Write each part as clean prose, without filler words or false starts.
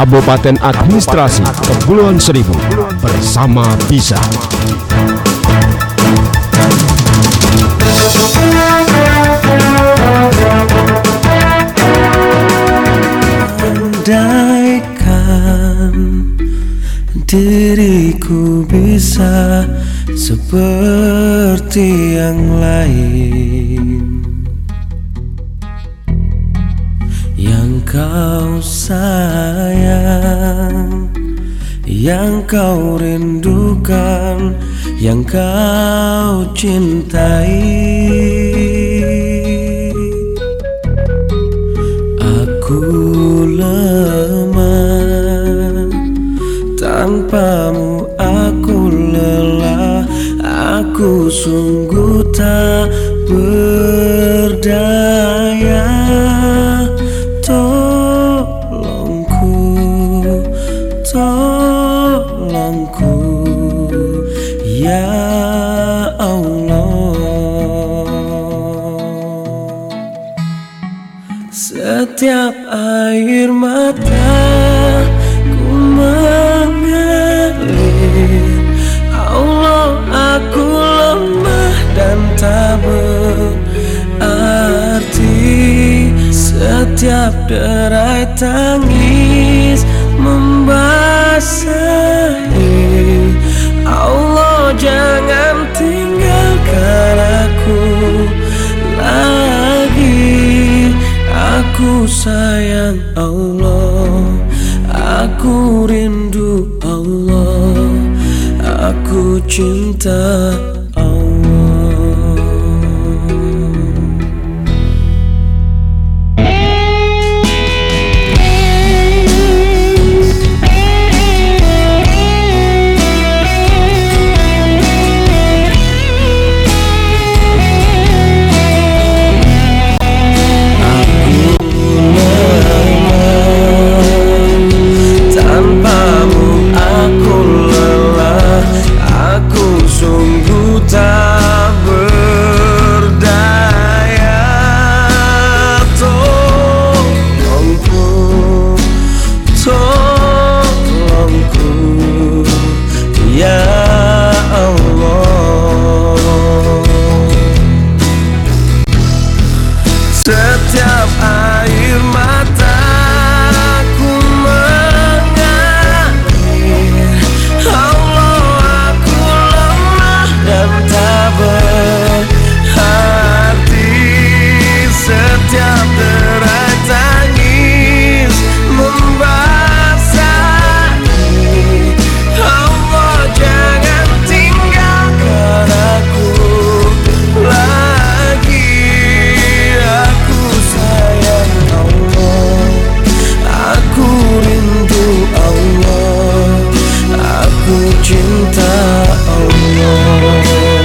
Kabupaten Administrasi Kepulauan Seribu bersama Bisa. Andaikan diriku bisa seperti yang lain, yang kau sayang, yang kau rindukan, yang kau cintai. Aku lemah, tanpamu aku lelah, aku sungguh tak berdaya. Tolongku, ya Allah. Setiap air mata ku mengalir, Allah, aku lemah dan tak berarti. Setiap derai tangis membasahi, Allah, jangan tinggalkan aku lagi. Aku sayang Allah, aku rindu Allah, aku cinta Allah. Setiap air mataku mengalir, Allah, aku lemah dan tak berarti. Setiap derai tangis membasahi, Allah, jangan tinggalkan aku lagi. Aku sayang Allah, aku rindu Allah, aku cinta Allah.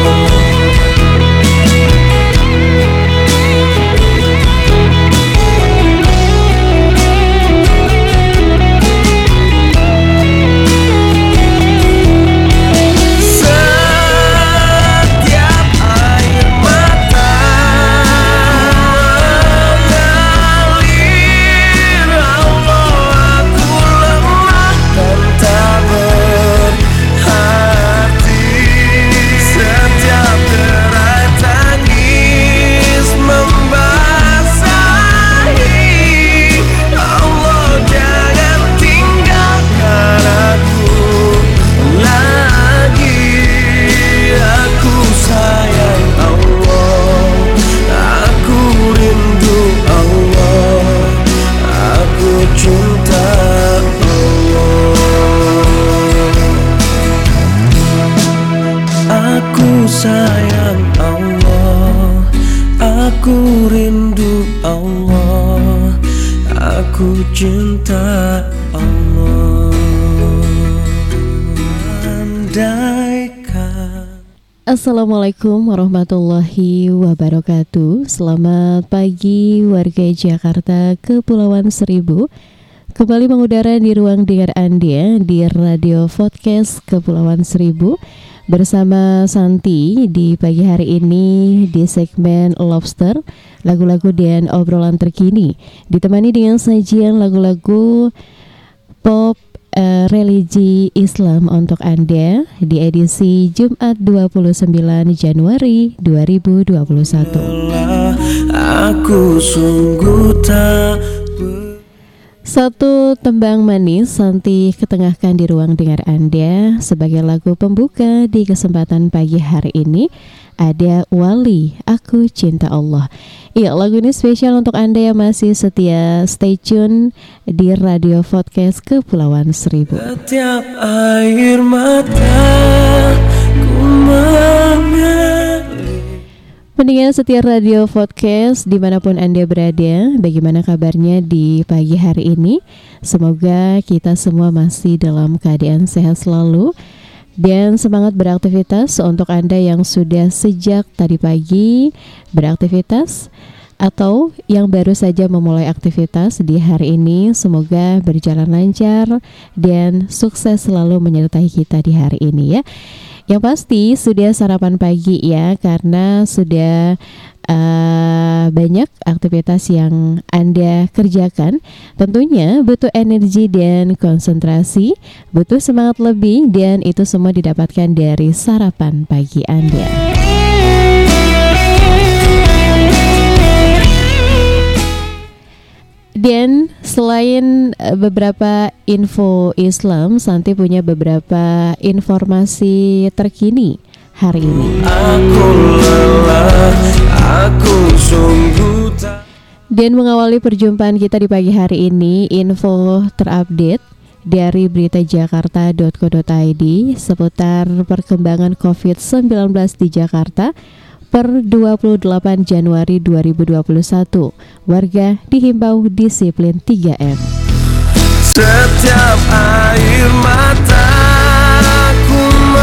Aku sayang Allah, aku rindu Allah, aku cinta Allah. Andaikan. Assalamualaikum warahmatullahi wabarakatuh. Selamat pagi warga Jakarta Kepulauan Seribu. Kembali mengudara di ruang dengar Anda di Radio Podcast Kepulauan Seribu bersama Santi di pagi hari ini di segmen Lobster, lagu-lagu dan obrolan terkini, ditemani dengan sajian lagu-lagu Pop religi Islam untuk Anda di edisi Jumat 29 Januari 2021. Aku sungguh tak. Satu tembang manis Santi ketengahkan di ruang dengar Anda sebagai lagu pembuka di kesempatan pagi hari ini. Ada Wali, Aku Cinta Allah. Iya, lagu ini spesial untuk Anda yang masih setia stay tune di Radio Podcast Kepulauan Seribu. Setiap air mata ku mengalir. Pendengar setia Radio Podcast dimanapun Anda berada, bagaimana kabarnya di pagi hari ini? Semoga kita semua masih dalam keadaan sehat selalu dan semangat beraktivitas. Untuk Anda yang sudah sejak tadi pagi beraktivitas atau yang baru saja memulai aktivitas di hari ini, semoga berjalan lancar dan sukses selalu menyertai kita di hari ini ya. Yang pasti sudah sarapan pagi ya, karena sudah banyak aktivitas yang Anda kerjakan. Tentunya butuh energi dan konsentrasi, butuh semangat lebih, dan itu semua didapatkan dari sarapan pagi Anda. Dan selain beberapa info Islam, Santi punya beberapa informasi terkini hari ini. Aku lelah, aku sungguh tak. Dan mengawali perjumpaan kita di pagi hari ini, info terupdate dari beritajakarta.co.id seputar perkembangan COVID-19 di Jakarta per 28 Januari 2021. Warga dihimbau disiplin 3M. Setiap air mata ku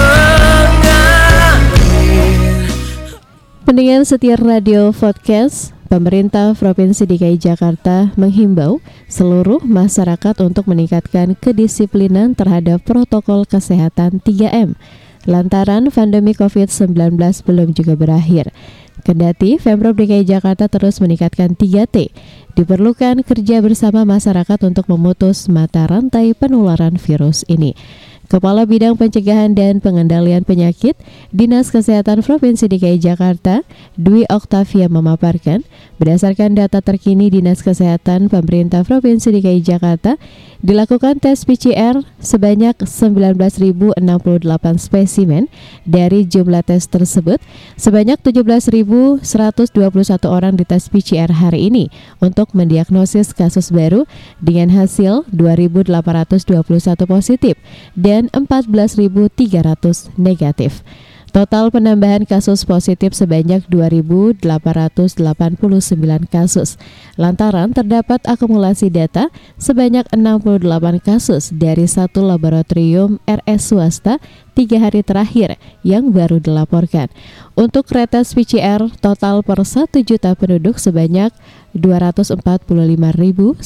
mengalir. Pendengar setia Radio Podcast, pemerintah Provinsi DKI Jakarta menghimbau seluruh masyarakat untuk meningkatkan kedisiplinan terhadap protokol kesehatan 3M. Lantaran pandemi COVID-19 belum juga berakhir. Kendati Pemprov DKI Jakarta terus meningkatkan 3T, diperlukan kerja bersama masyarakat untuk memutus mata rantai penularan virus ini. Kepala Bidang Pencegahan dan Pengendalian Penyakit Dinas Kesehatan Provinsi DKI Jakarta, Dwi Oktavia memaparkan, berdasarkan data terkini Dinas Kesehatan Pemerintah Provinsi DKI Jakarta, dilakukan tes PCR sebanyak 19.068 spesimen. Dari jumlah tes tersebut, sebanyak 17.121 orang dites PCR hari ini untuk mendiagnosis kasus baru dengan hasil 2.821 positif dan 14.300 negatif. Total penambahan kasus positif sebanyak 2.889 kasus. Lantaran terdapat akumulasi data sebanyak 68 kasus dari satu laboratorium RS swasta 3 hari terakhir yang baru dilaporkan. Untuk retest PCR total per 1 juta penduduk sebanyak 245.159.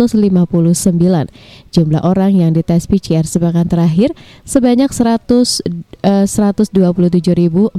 Jumlah orang yang dites PCR sepekan terakhir sebanyak 127.448.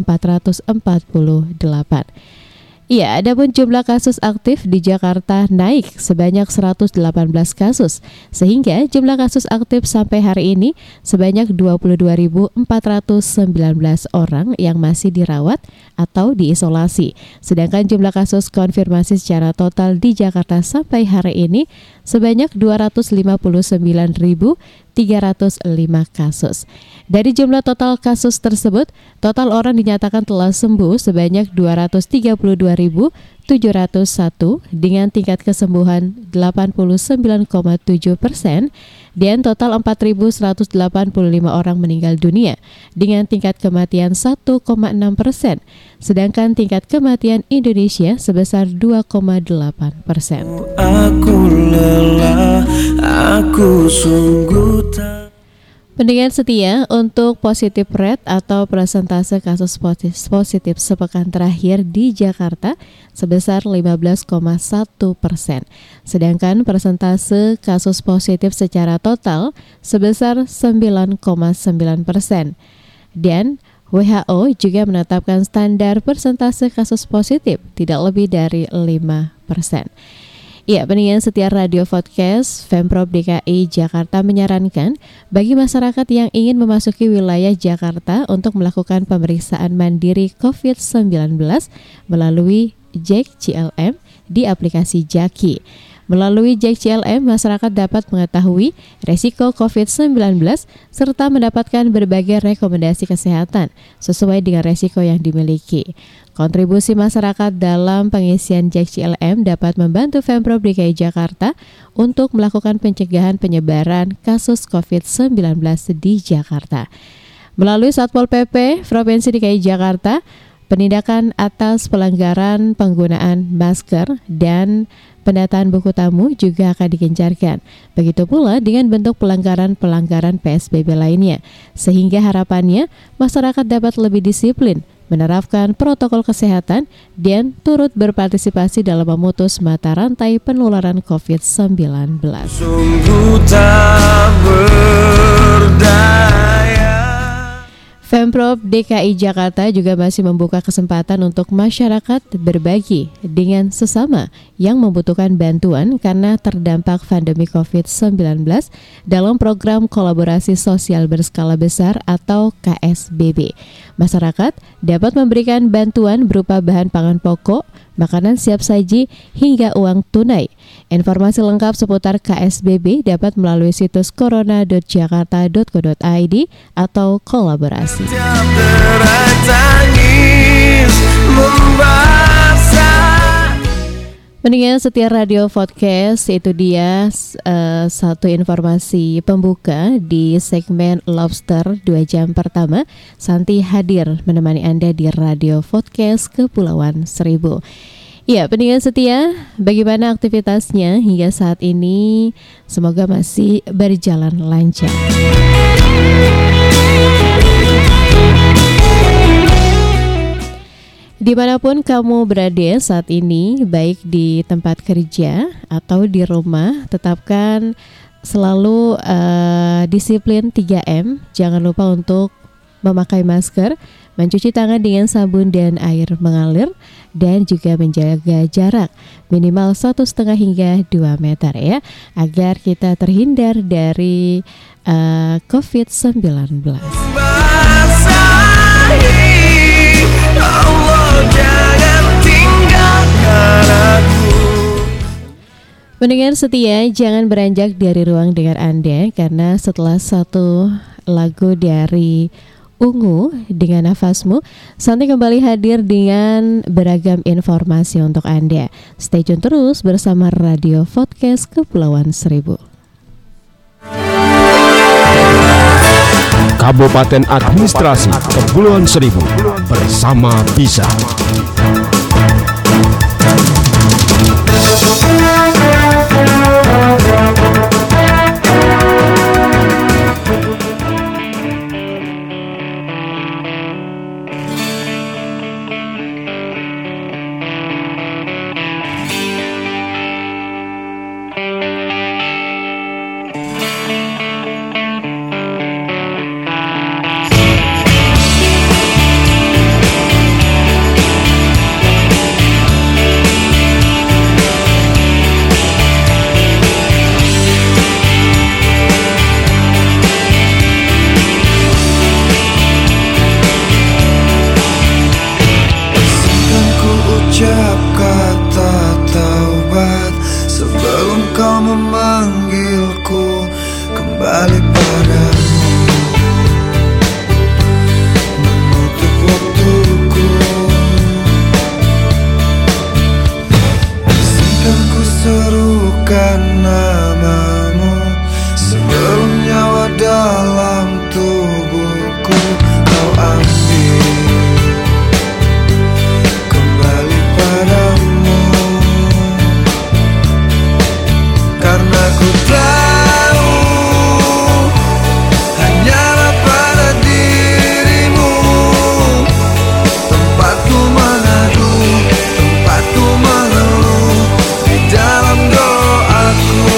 Iya, adapun jumlah kasus aktif di Jakarta naik sebanyak 118 kasus, sehingga jumlah kasus aktif sampai hari ini sebanyak 22.419 orang yang masih dirawat atau diisolasi. Sedangkan jumlah kasus konfirmasi secara total di Jakarta sampai hari ini sebanyak 259.305 kasus. Dari jumlah total kasus tersebut, total orang dinyatakan telah sembuh sebanyak 232.701 dengan tingkat kesembuhan 89,7% dan total 4.185 orang meninggal dunia dengan tingkat kematian 1,6%, sedangkan tingkat kematian Indonesia sebesar 2,8%. Aku lelah, aku sungguh tak. Pendengar setia, untuk positive rate atau persentase kasus positif sepekan terakhir di Jakarta sebesar 15,1%. Sedangkan persentase kasus positif secara total sebesar 9,9%. Dan WHO juga menetapkan standar persentase kasus positif tidak lebih dari 5%. Ya, pendengar setia Radio Podcast, Pemprov DKI Jakarta menyarankan bagi masyarakat yang ingin memasuki wilayah Jakarta untuk melakukan pemeriksaan mandiri COVID-19 melalui JEK CLM di aplikasi Jaki. Melalui JEK CLM, masyarakat dapat mengetahui resiko COVID-19 serta mendapatkan berbagai rekomendasi kesehatan sesuai dengan resiko yang dimiliki. Kontribusi masyarakat dalam pengisian JEK CLM dapat membantu Pemprov DKI Jakarta untuk melakukan pencegahan penyebaran kasus COVID-19 di Jakarta. Melalui Satpol PP Provinsi DKI Jakarta, penindakan atas pelanggaran penggunaan masker dan pendataan buku tamu juga akan digencarkan. Begitu pula dengan bentuk pelanggaran-pelanggaran PSBB lainnya, sehingga harapannya masyarakat dapat lebih disiplin menerapkan protokol kesehatan dan turut berpartisipasi dalam memutus mata rantai penularan COVID-19. Sungguh tak berdaya. Pemprov DKI Jakarta juga masih membuka kesempatan untuk masyarakat berbagi dengan sesama yang membutuhkan bantuan karena terdampak pandemi COVID-19 dalam program kolaborasi sosial berskala besar atau KSBB. Masyarakat dapat memberikan bantuan berupa bahan pangan pokok, makanan siap saji, hingga uang tunai. Informasi lengkap seputar KSBB dapat melalui situs corona.jakarta.go.id atau kolaborasi. Tiap derai tangis membasah. Pendengar setia Radio Podcast, itu dia satu informasi pembuka di segmen Lobster 2 jam pertama. Santi hadir menemani Anda di Radio Podcast Kepulauan Seribu. Ya, pendengar setia, bagaimana aktivitasnya hingga saat ini? Semoga masih berjalan lancar. Dimanapun kamu berada saat ini, baik di tempat kerja atau di rumah, tetapkan selalu disiplin 3M. Jangan lupa untuk memakai masker, mencuci tangan dengan sabun dan air mengalir, dan juga menjaga jarak minimal 1,5 hingga 2 meter ya, agar kita terhindar dari COVID-19. Pendengar setia, jangan beranjak dari ruang dengar Anda, karena setelah satu lagu dari Ungu dengan Nafasmu, Santi kembali hadir dengan beragam informasi untuk Anda. Stay tune terus bersama Radio Podcast Kepulauan Seribu. Kabupaten Administrasi Kepulauan Seribu bersama Bisa. Ucap kata taubat sebelum kau memanggilku kembali padamu, menutup waktuku. Izinkan ku serukan namamu sebelum nyawa dalam tubuhku kau ambil. Karena ku tahu hanyalah pada dirimu tempatku mengadu, tempatku mengeluh di dalam doaku.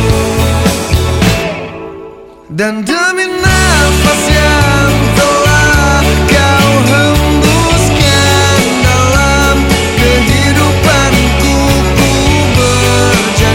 Dan demi nafas yang telah kau hembuskan dalam kehidupanku, ku berjanji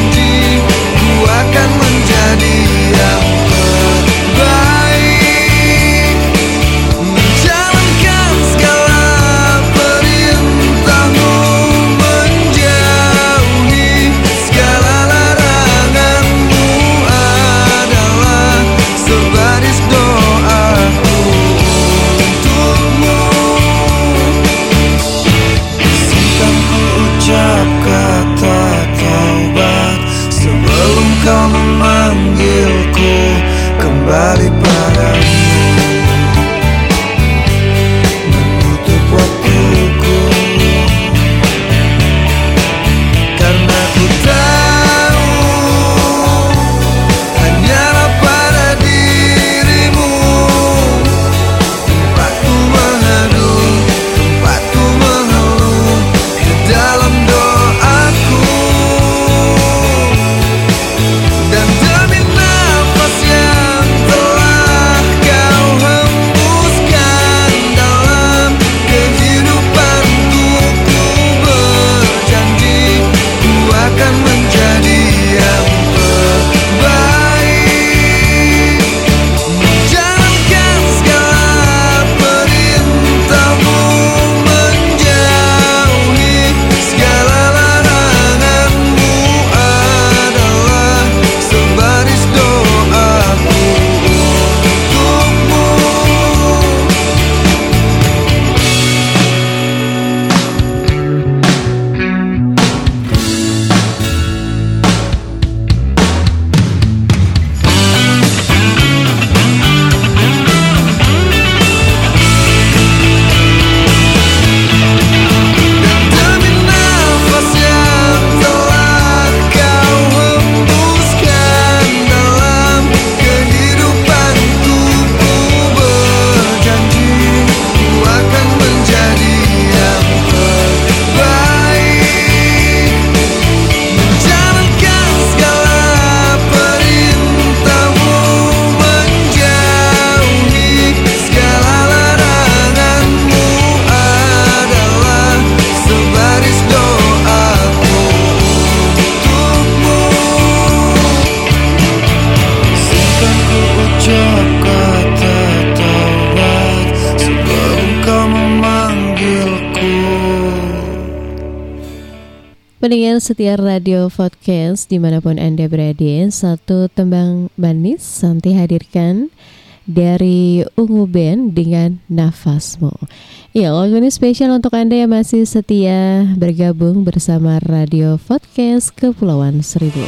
Pendengar setia Radio Podcast dimanapun Anda berada, satu tembang manis Santi hadirkan dari Ungu Band dengan Nafasmu. Ya, lagu ini spesial untuk Anda yang masih setia bergabung bersama Radio Podcast Kepulauan Seribu.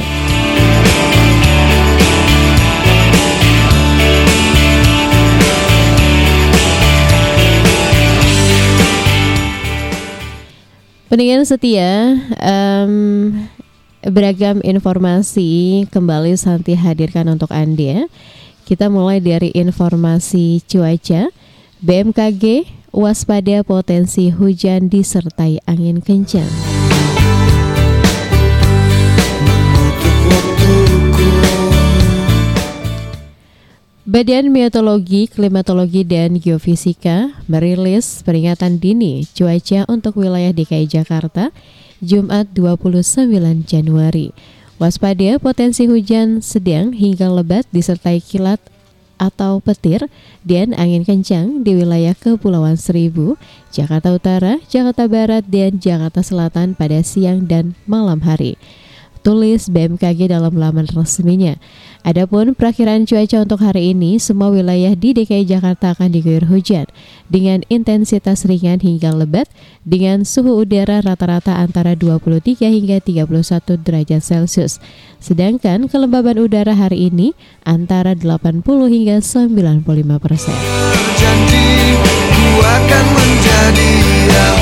Pendengar setia, beragam informasi kembali Santi hadirkan untuk Anda. Kita mulai dari informasi cuaca. BMKG waspada potensi hujan disertai angin kencang. Badan Meteorologi, Klimatologi, dan Geofisika merilis peringatan dini cuaca untuk wilayah DKI Jakarta Jumat 29 Januari. Waspada potensi hujan sedang hingga lebat disertai kilat atau petir dan angin kencang di wilayah Kepulauan Seribu, Jakarta Utara, Jakarta Barat, dan Jakarta Selatan pada siang dan malam hari. Tulis BMKG dalam laman resminya. Adapun perakiraan cuaca untuk hari ini, semua wilayah di DKI Jakarta akan diguyur hujan dengan intensitas ringan hingga lebat dengan suhu udara rata-rata antara 23 hingga 31 derajat Celcius. Sedangkan kelembaban udara hari ini antara 80 hingga 95%. Janji ku akan menjadi yang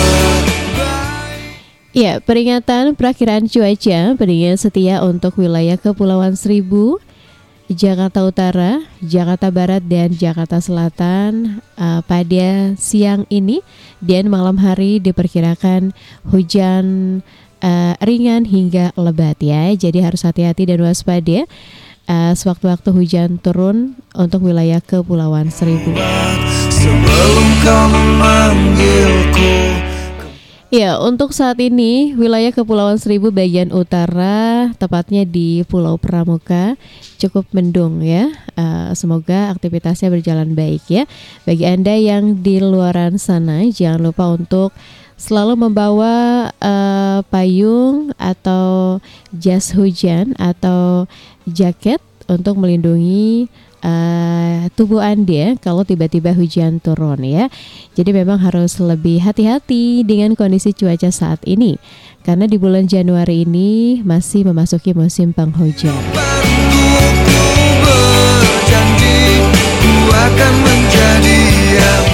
Ya, peringatan perakiraan cuaca pendengar setia untuk wilayah Kepulauan Seribu, Jakarta Utara, Jakarta Barat, dan Jakarta Selatan pada siang ini dan malam hari diperkirakan hujan ringan hingga lebat ya. Jadi harus hati-hati dan waspada sewaktu-waktu hujan turun untuk wilayah Kepulauan Seribu. sebelum kau memanggilku. Ya, untuk saat ini wilayah Kepulauan Seribu bagian utara, tepatnya di Pulau Pramuka, cukup mendung ya. Semoga aktivitasnya berjalan baik ya. Bagi Anda yang di luaran sana, jangan lupa untuk selalu membawa payung atau jas hujan atau jaket untuk melindungi tubuh Anda kalau tiba-tiba hujan turun ya. Jadi memang harus lebih hati-hati dengan kondisi cuaca saat ini karena di bulan Januari ini masih memasuki musim penghujan. Ku berjanji ku akan menjadi yang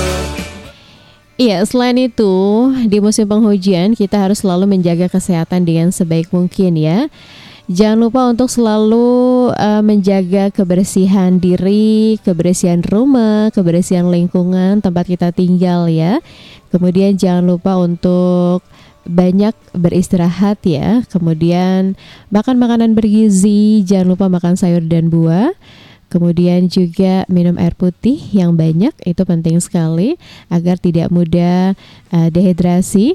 Iya, selain itu di musim penghujan kita harus selalu menjaga kesehatan dengan sebaik mungkin ya. Jangan lupa untuk selalu menjaga kebersihan diri, kebersihan rumah, kebersihan lingkungan tempat kita tinggal ya. Kemudian jangan lupa untuk banyak beristirahat ya. Kemudian makan makanan bergizi, jangan lupa makan sayur dan buah. Kemudian juga minum air putih yang banyak, itu penting sekali agar tidak mudah dehidrasi.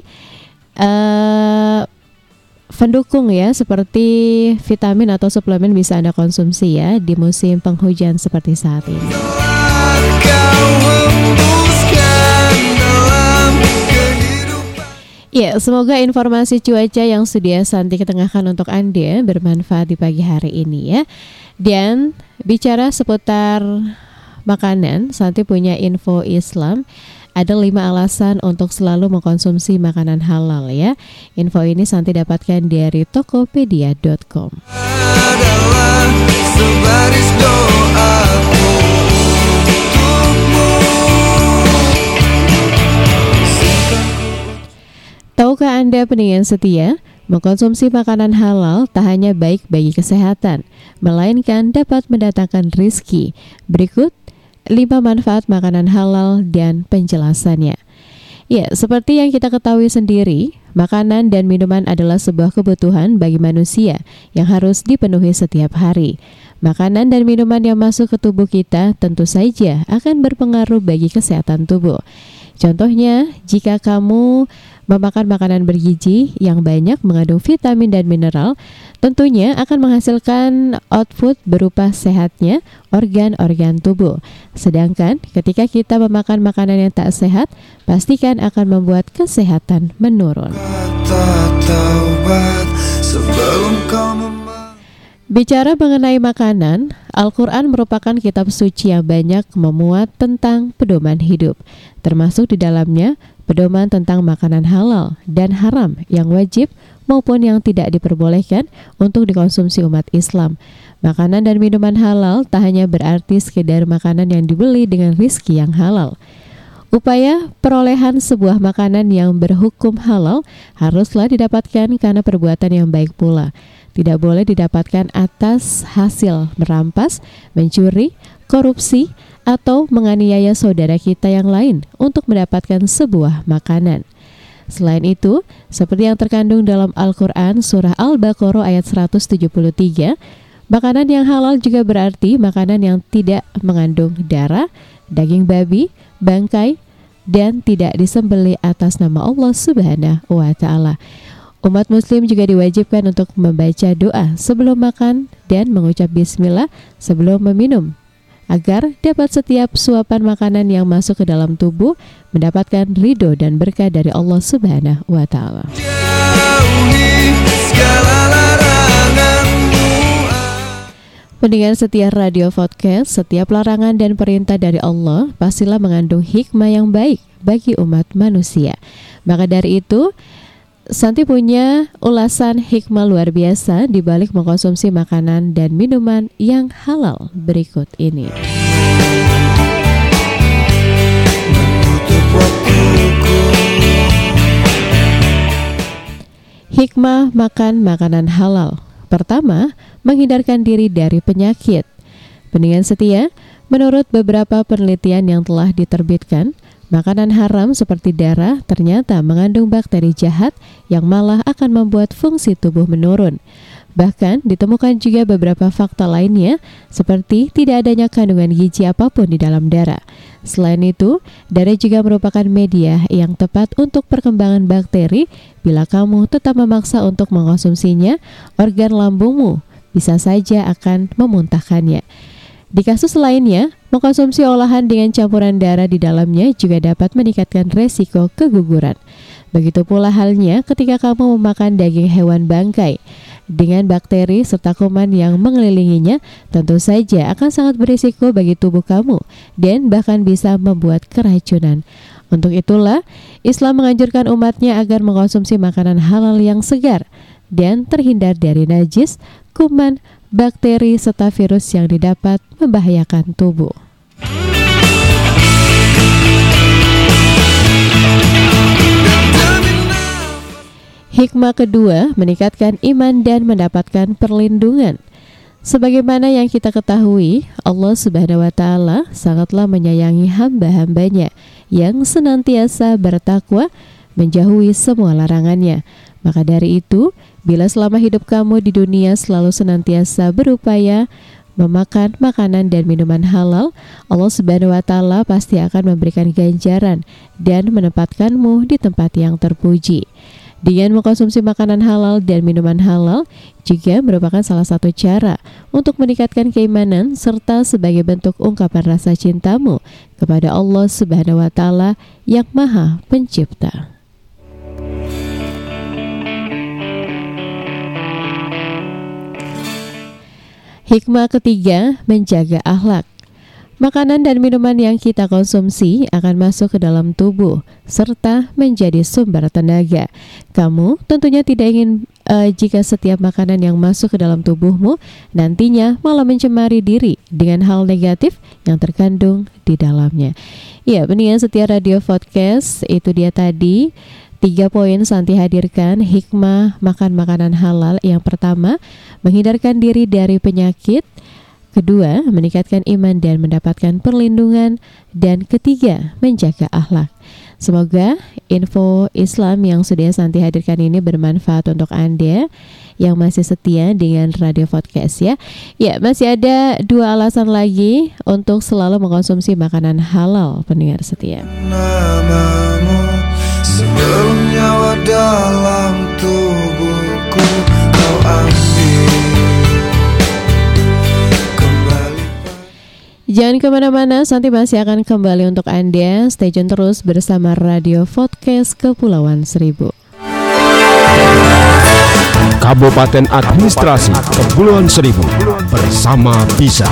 Pendukung ya seperti vitamin atau suplemen bisa Anda konsumsi ya di musim penghujan seperti saat ini. kau hembuskan dalam kehidupan. Ya, semoga informasi cuaca yang sudah Santi ketengahkan untuk Anda bermanfaat di pagi hari ini ya. Dan bicara seputar makanan, Santi punya info Islam. Ada 5 alasan untuk selalu mengkonsumsi makanan halal ya. Info ini Santi dapatkan dari tokopedia.com. Adalah sebaris doaku untukmu. Tahukah Anda pendengar setia, mengkonsumsi makanan halal tak hanya baik bagi kesehatan, melainkan dapat mendatangkan rizki. Berikut 5 manfaat makanan halal dan penjelasannya. Ya, seperti yang kita ketahui sendiri, makanan dan minuman adalah sebuah kebutuhan bagi manusia yang harus dipenuhi setiap hari. Makanan dan minuman yang masuk ke tubuh kita tentu saja akan berpengaruh bagi kesehatan tubuh. Contohnya, jika kamu memakan makanan bergizi yang banyak mengandung vitamin dan mineral, tentunya akan menghasilkan output berupa sehatnya organ-organ tubuh. Sedangkan ketika kita memakan makanan yang tak sehat, pastikan akan membuat kesehatan menurun. Kata taubat sebelum kau Bicara mengenai makanan, Al-Quran merupakan kitab suci yang banyak memuat tentang pedoman hidup, termasuk di dalamnya pedoman tentang makanan halal dan haram yang wajib maupun yang tidak diperbolehkan untuk dikonsumsi umat Islam. Makanan dan minuman halal tak hanya berarti sekedar makanan yang dibeli dengan rizki yang halal. Upaya perolehan sebuah makanan yang berhukum halal haruslah didapatkan karena perbuatan yang baik pula. Tidak boleh didapatkan atas hasil merampas, mencuri, korupsi, atau menganiaya saudara kita yang lain untuk mendapatkan sebuah makanan. Selain itu, seperti yang terkandung dalam Al-Quran Surah Al-Baqarah ayat 173, makanan yang halal juga berarti makanan yang tidak mengandung darah, daging babi, bangkai, dan tidak disembelih atas nama Allah Subhanahu wa Ta'ala. Umat muslim juga diwajibkan untuk membaca doa sebelum makan dan mengucap bismillah sebelum meminum, agar dapat setiap suapan makanan yang masuk ke dalam tubuh mendapatkan ridho dan berkah dari Allah Subhanahu wa Ta'ala. jauhi segala laranganmu. Pendengar setia Radio Podcast, setiap larangan dan perintah dari Allah pastilah mengandung hikmah yang baik bagi umat manusia. Maka dari itu, Santi punya ulasan hikmah luar biasa di balik mengkonsumsi makanan dan minuman yang halal berikut ini. Menutup waktuku. Hikmah makan makanan halal. Pertama, menghindarkan diri dari penyakit. Pendengar setia, menurut beberapa penelitian yang telah diterbitkan, makanan haram seperti darah ternyata mengandung bakteri jahat yang malah akan membuat fungsi tubuh menurun. Bahkan ditemukan juga beberapa fakta lainnya seperti tidak adanya kandungan gizi apapun di dalam darah. Selain itu, darah juga merupakan media yang tepat untuk perkembangan bakteri. Bila kamu tetap memaksa untuk mengkonsumsinya, organ lambungmu bisa saja akan memuntahkannya. Di kasus lainnya, mengkonsumsi olahan dengan campuran darah di dalamnya juga dapat meningkatkan resiko keguguran. Begitu pula halnya ketika kamu memakan daging hewan bangkai. Dengan bakteri serta kuman yang mengelilinginya, tentu saja akan sangat berisiko bagi tubuh kamu dan bahkan bisa membuat keracunan. Untuk itulah, Islam menganjurkan umatnya agar mengkonsumsi makanan halal yang segar dan terhindar dari najis, kuman, bakteri, serta virus yang didapat membahayakan tubuh. Hikmah kedua, meningkatkan iman dan mendapatkan perlindungan. Sebagaimana yang kita ketahui, Allah Subhanahu wa Ta'ala sangatlah menyayangi hamba-hambanya yang senantiasa bertakwa, menjauhi semua larangannya. Maka dari itu, bila selama hidup kamu di dunia selalu senantiasa berupaya memakan makanan dan minuman halal, Allah Subhanahu wa Ta'ala pasti akan memberikan ganjaran dan menempatkanmu di tempat yang terpuji. Dengan mengkonsumsi makanan halal dan minuman halal juga merupakan salah satu cara untuk meningkatkan keimanan serta sebagai bentuk ungkapan rasa cintamu kepada Allah Subhanahu wa Ta'ala yang Maha Pencipta. Hikmah ketiga, menjaga akhlak. Makanan dan minuman yang kita konsumsi akan masuk ke dalam tubuh serta menjadi sumber tenaga. Kamu tentunya tidak ingin jika setiap makanan yang masuk ke dalam tubuhmu nantinya malah mencemari diri dengan hal negatif yang terkandung di dalamnya. Ya, pendengar setia Radio Podcast, itu dia tadi 3 poin Santi hadirkan hikmah makan makanan halal. Yang pertama, menghindarkan diri dari penyakit. Kedua, meningkatkan iman dan mendapatkan perlindungan. Dan ketiga, menjaga akhlak. Semoga info Islam yang sudah Santi hadirkan ini bermanfaat untuk Anda yang masih setia dengan Radio Podcast ya. Ya, masih ada 2 alasan lagi untuk selalu mengkonsumsi makanan halal pendengar setia. Namamu sebelum nyawa dalam tubuhku kau ambil kembali. Jangan kemana-mana, Santi masih akan kembali untuk Anda. Stay tune terus bersama Radio Podcast Kepulauan Seribu. Kabupaten Administrasi Kepulauan Seribu bersama Bisa.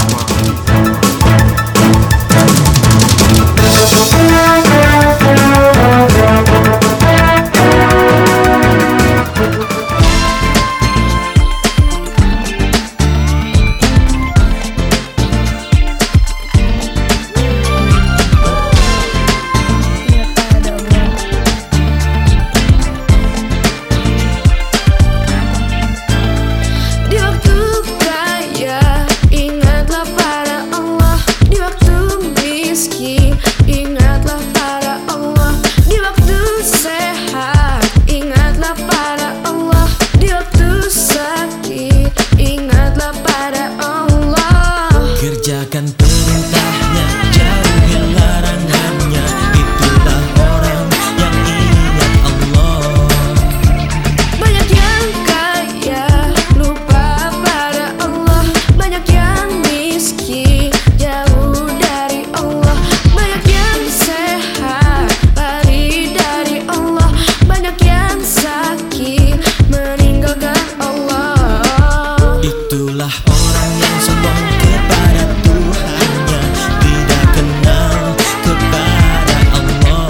Di waktu kaya ingatlah pada Allah, di waktu miskin ingatlah pada Allah, di waktu sehat ingatlah pada Allah, di waktu sakit ingatlah pada Allah. Kerjakan perintahnya, jauhi larangannya, itulah orang yang ingat Allah. Banyak yang kaya lupa pada Allah, banyak yang miskin jauh dari Allah, banyak yang sehat lari dari Allah, banyak yang sakit meninggalkan Allah. Itulah orang yang sombong kepada Tuhannya, tidak kenal kepada Allah.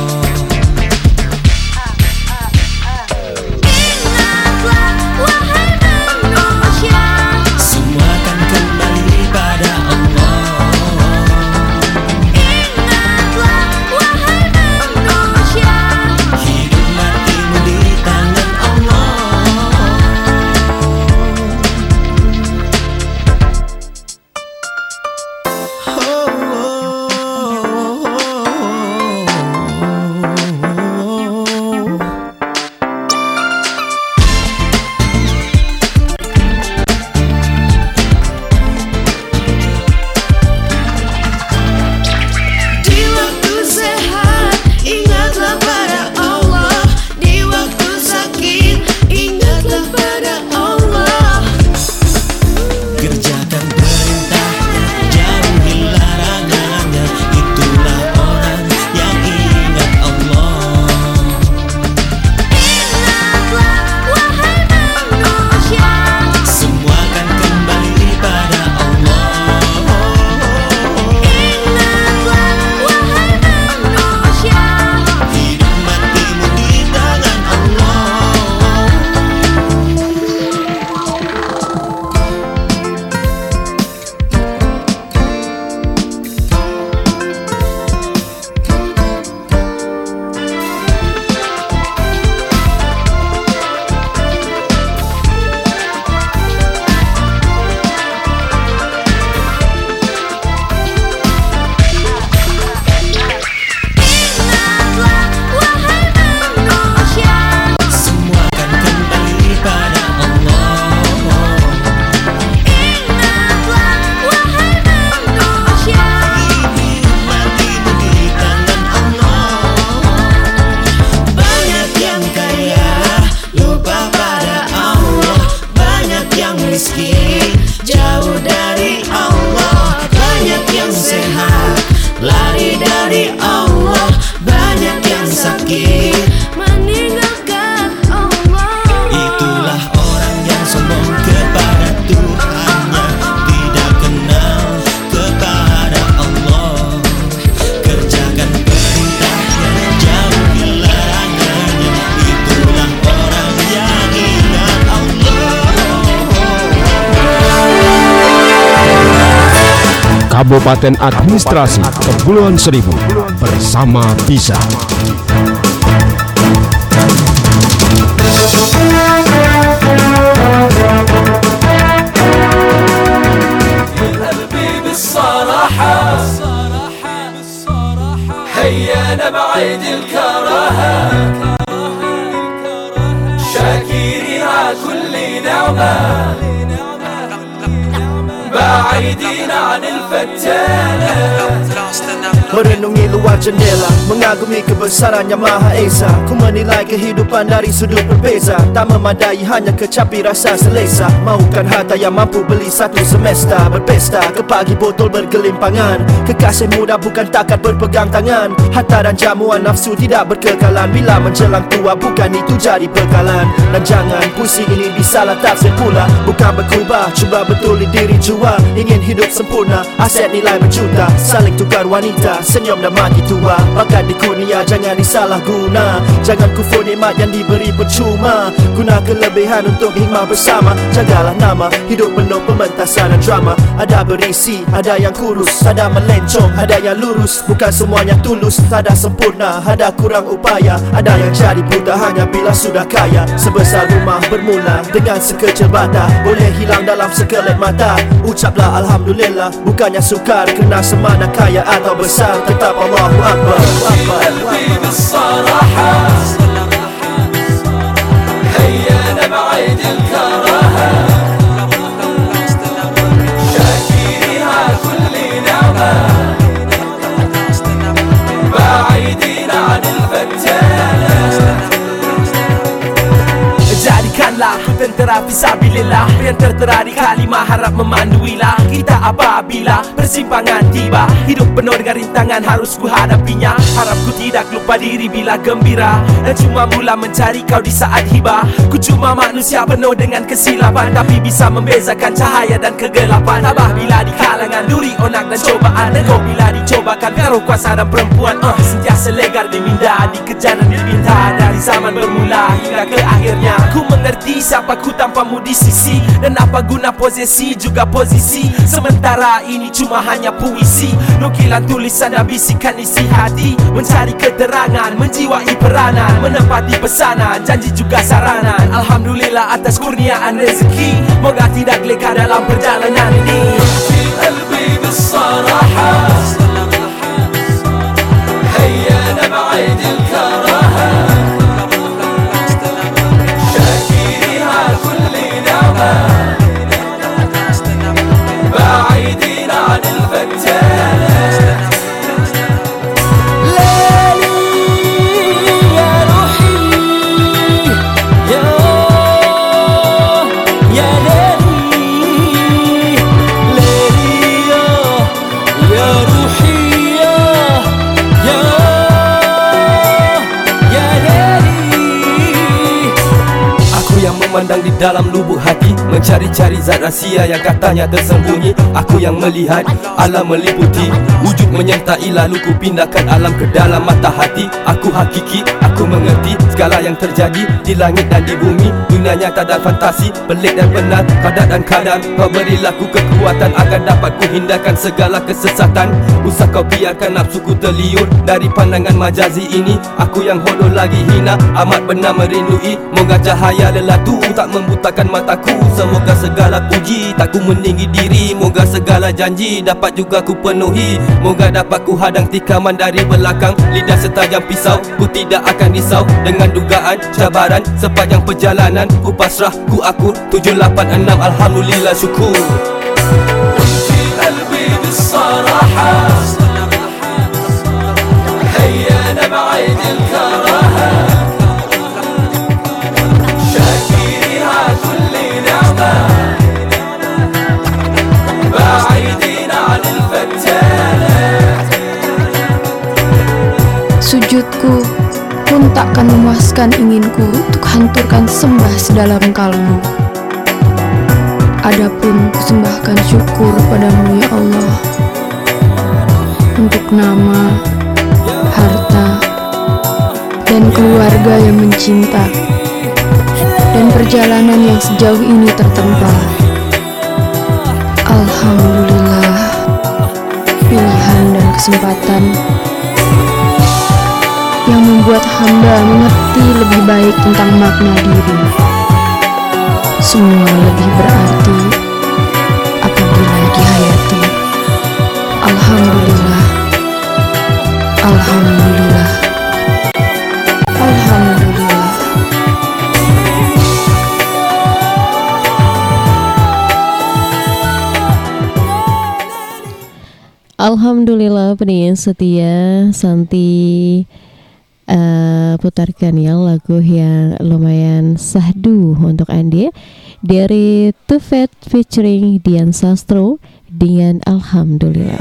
Ingatlah wahai manusia, Semua akan kembali pada Allah. ingatlah wahai manusia, Hidup matimu di tangan Allah. di waktu sehat ingatlah pada Allah, di waktu sakit ingatlah pada Allah. Kerjakan perintahnya, jauhi larangannya, itulah orang yang ingat Allah. Ingatlah wahai manusia, Semua akan kembali pada Allah. ingatlah wahai manusia, Hidup matimu di tangan Allah. ingatlah wahai manusia, Semua akan kembali pada Allah. ingatlah wahai manusia, Hidup matimu di tangan Allah. Banyak yang kaya lupa pada Allah, banyak yang miskin jauh dari Allah, banyak yang sehat lari dari Allah, banyak yang sakit. meninggalkan Allah. Itulah orang yang sombong kepada Tuhannya, tidak kenal kepada Allah. Kerjakan perintahnya, jauhi larangannya, itulah orang yang ingat Allah. Kabupaten Administrasi Kepulauan Seribu bersama Bisa. هيا انا معي بعيد الكراهة شاكرين على كل نعمة بعيدين عن الفتانة Merenungi luar jendela, mengagumi kebesaran Yang Maha Esa. Ku menilai kehidupan dari sudut berbeza. Tak memadai hanya kecapi rasa selesa. Mahukan harta yang mampu beli satu semesta. Berpesta ke pagi botol bergelimpangan. Kekasih muda bukan takat berpegang tangan. Harta dan jamuan nafsu tidak berkekalan. Bila menjelang tua bukan itu jadi bekalan. Dan jangan pusing ini disalah tafsir pula. Bukan berkubah, cuba betuli diri jua. Ingin hidup sempurna, aset nilai berjuta. Saling tukar wanita, senyum dan mati tua. Bakat di kurnia jangan disalah guna. Jangan kufur nikmat yang diberi percuma. Guna kelebihan untuk hikmah bersama. Jagalah nama, hidup penuh pementasan dan drama. Ada berisi, ada yang kurus, ada melencong, ada yang lurus. Bukan semuanya tulus, tak ada sempurna, ada kurang upaya. Ada yang jadi buta hanya bila sudah kaya. Sebesar rumah bermula dengan sekecil bata. Boleh hilang dalam sekelip mata. Ucaplah Alhamdulillah, bukannya sukar kerana semana kaya atau besar. Tetap Allahu Akbar. قلبي بالصراحة هيا نبعد الكراهة شاكرين على كل نعمة بعيدين عن الفتانة Jadikanlah tentera fisabilillah yang tertera di kalimah harap memanduilah kita apabila persimpangan tiba. Hidup penuh dengan rintangan harus ku hadapinya. Harap ku tidak lupa diri bila gembira dan cuma mula mencari kau di saat hibah. Ku cuma manusia penuh dengan kesilapan, tapi bisa membezakan cahaya dan kegelapan. Tabah bila di kalangan duri, onak dan cobaan. Negok bila dicobakan karuh kuasa dan perempuan. Sentiasa legar diminda, dikejar dan diminta. Dari zaman bermula hingga ke akhirnya ku mengerti siapaku tanpamu di sisi. Dan apa guna posesi juga posisi. Sementara ini cuma hanya puisi. Nukilan tulisan dan bisikan isi hati. Mencari keterangan, menjiwai peranan. Menepati pesanan, janji juga saranan. Alhamdulillah atas kurniaan rezeki. Moga tidak leka dalam perjalanan ini. Qalbi بالصراحة هيا نبعد الكراهة شاكرين على كل نعمة بعيدين عن الفتانة ليلي يا روحي يا ليلي يا روحي يا ليلي. Aku yang memandang di dalam lubuk hati, mencari-cari zat rahsia yang katanya tersembunyi. Aku yang melihat alam meliputi, wujud menyertai lalu ku pindahkan alam ke dalam mata hati. Aku hakiki, aku mengerti segala yang terjadi di langit dan di bumi. Dunia nyata dan fantasi, pelik dan benar, kadar dan kadar. Kau berilah ku kekuatan agar dapat ku hindarkan segala kesesatan. Usah kau biarkan nafsuku terliur dari pandangan majazi ini. Aku yang hodoh lagi hina, amat benar merindui. Moga cahaya lelatu tak membutakan mataku. Semoga segala puji tak ku meninggi diri. Moga segala janji dapat juga ku penuhi. Moga dapat ku hadang tikaman dari belakang. Lidah setajam pisau, ku tidak akan risau dengan dugaan cabaran sepanjang perjalanan. Ku pasrah, ku akur 786 Alhamdulillah syukur. Kunci qalbi بالصراحة هيا نبعد الكراهة شاكرين على كل نعمة بعيدين عن الفتانة. Sujudku pun takkan memuaskan inginku untuk hancurkan sembah sedalam kalbu. Adapun kusembahkan syukur padamu ya Allah, untuk nama, harta, dan keluarga yang mencinta, dan perjalanan yang sejauh ini tertempa. Alhamdulillah, pilihan dan kesempatan yang membuat hamba mengerti lebih baik tentang makna diri. Semua lebih berarti apabila dihayati. Alhamdulillah, Alhamdulillah. Alhamdulillah pendengar setia, Santi putarkan ya lagu yang lumayan sahdu untuk Andi dari Tufet featuring Dian Sastro dengan Alhamdulillah.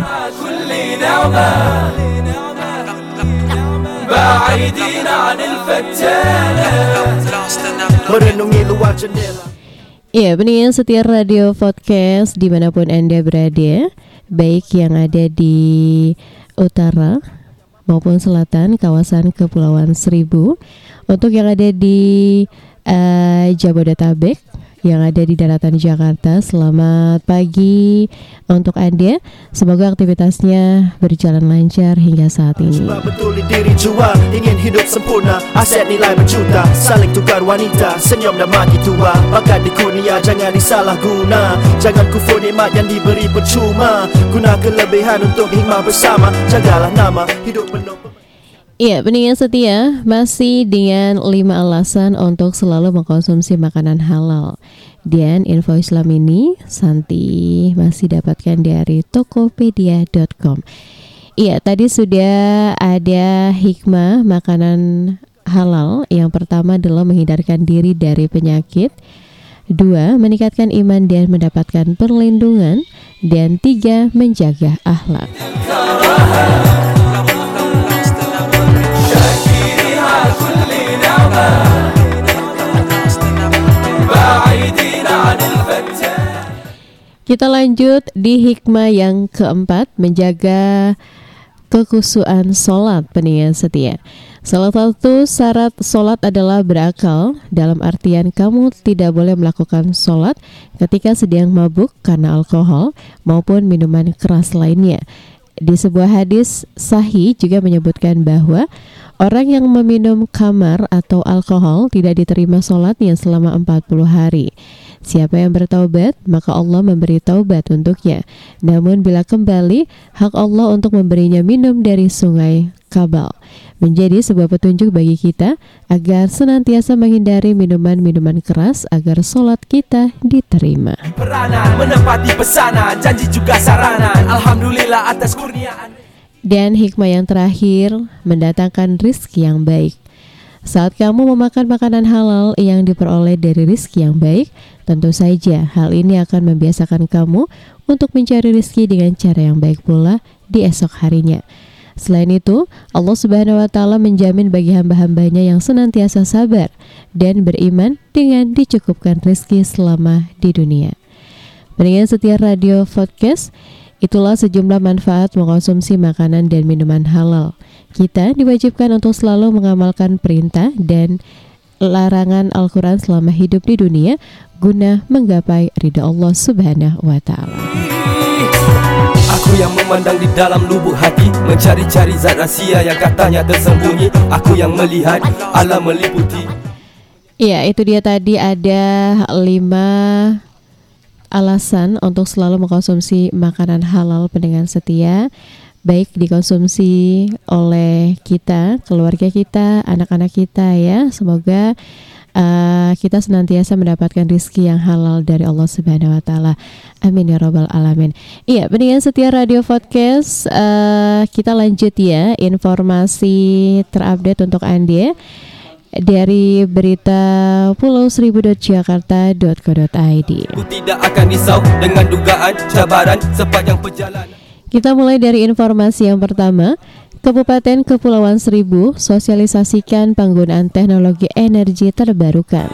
Ya, pendengar setia Radio Podcast dimanapun Anda berada, baik yang ada di utara maupun selatan kawasan Kepulauan Seribu, untuk yang ada di Jabodetabek, yang ada di daratan Jakarta, selamat pagi untuk Anda. Semoga aktivitasnya berjalan lancar hingga saat ini. Betuli diri jua, ingin hidup sempurna, aset nilai berjuta, saling tukar wanita, senyum dan mati tua. Bakat di kurnia jangan disalahguna, jangan kufur nikmat yang diberi percuma. Guna kelebihan untuk hikmah bersama, jagalah nama hidup penuh. Iya, pendengar setia, masih dengan 5 alasan untuk selalu mengkonsumsi makanan halal. Dan info Islam ini Santi masih dapatkan dari tokopedia.com. Iya, tadi sudah ada hikmah makanan halal. Yang pertama adalah menghindarkan diri dari penyakit. 2, meningkatkan iman dan mendapatkan perlindungan. Dan 3, menjaga akhlak. Kita lanjut di hikmah yang keempat, menjaga kekhusyuan sholat pendengar setia. Salah satu syarat sholat adalah berakal, dalam artian kamu tidak boleh melakukan sholat ketika sedang mabuk karena alkohol maupun minuman keras lainnya. Di sebuah hadis sahih juga menyebutkan bahwa orang yang meminum khamar atau alkohol tidak diterima sholatnya selama 40 hari. Siapa yang bertaubat, maka Allah memberi taubat untuknya. Namun bila kembali, hak Allah untuk memberinya minum dari sungai Kabal. Menjadi sebuah petunjuk bagi kita agar senantiasa menghindari minuman-minuman keras agar sholat kita diterima. Peranan menepati pesanan, janji juga saranan. Alhamdulillah atas kurniaan. Dan hikmah yang terakhir, mendatangkan rizki yang baik. Saat kamu memakan makanan halal yang diperoleh dari rizki yang baik, tentu saja hal ini akan membiasakan kamu untuk mencari rizki dengan cara yang baik pula di esok harinya. Selain itu, Allah Subhanahu wa Ta'ala menjamin bagi hamba-hambanya yang senantiasa sabar dan beriman dengan dicukupkan rizki selama di dunia. Pendengar setia Radio Podcast, itulah sejumlah manfaat mengkonsumsi makanan dan minuman halal. Kita diwajibkan untuk selalu mengamalkan perintah dan larangan Al-Quran selama hidup di dunia guna menggapai ridha Allah Subhanahu wa Ta'ala. Aku yang memandang di dalam lubuk hati, mencari-cari zat rahsia yang katanya tersembunyi. Aku yang melihat alam meliputi. Iya, itu dia tadi ada 5 alasan untuk selalu mengkonsumsi makanan halal pendengar setia, baik dikonsumsi oleh kita, keluarga kita, anak-anak kita ya. Semoga kita senantiasa mendapatkan rizki yang halal dari Allah Subhanahu wa Ta'ala. Amin ya rabbal alamin. Iya, pendengar setia Radio Podcast, kita lanjut ya informasi terupdate untuk Anda dari berita pulauSeribu.jakarta.co.id. Tidak akan risau dengan dugaan cabaran sepanjang perjalanan. Kita mulai dari informasi yang pertama. Kabupaten Kepulauan Seribu sosialisasikan penggunaan teknologi energi terbarukan.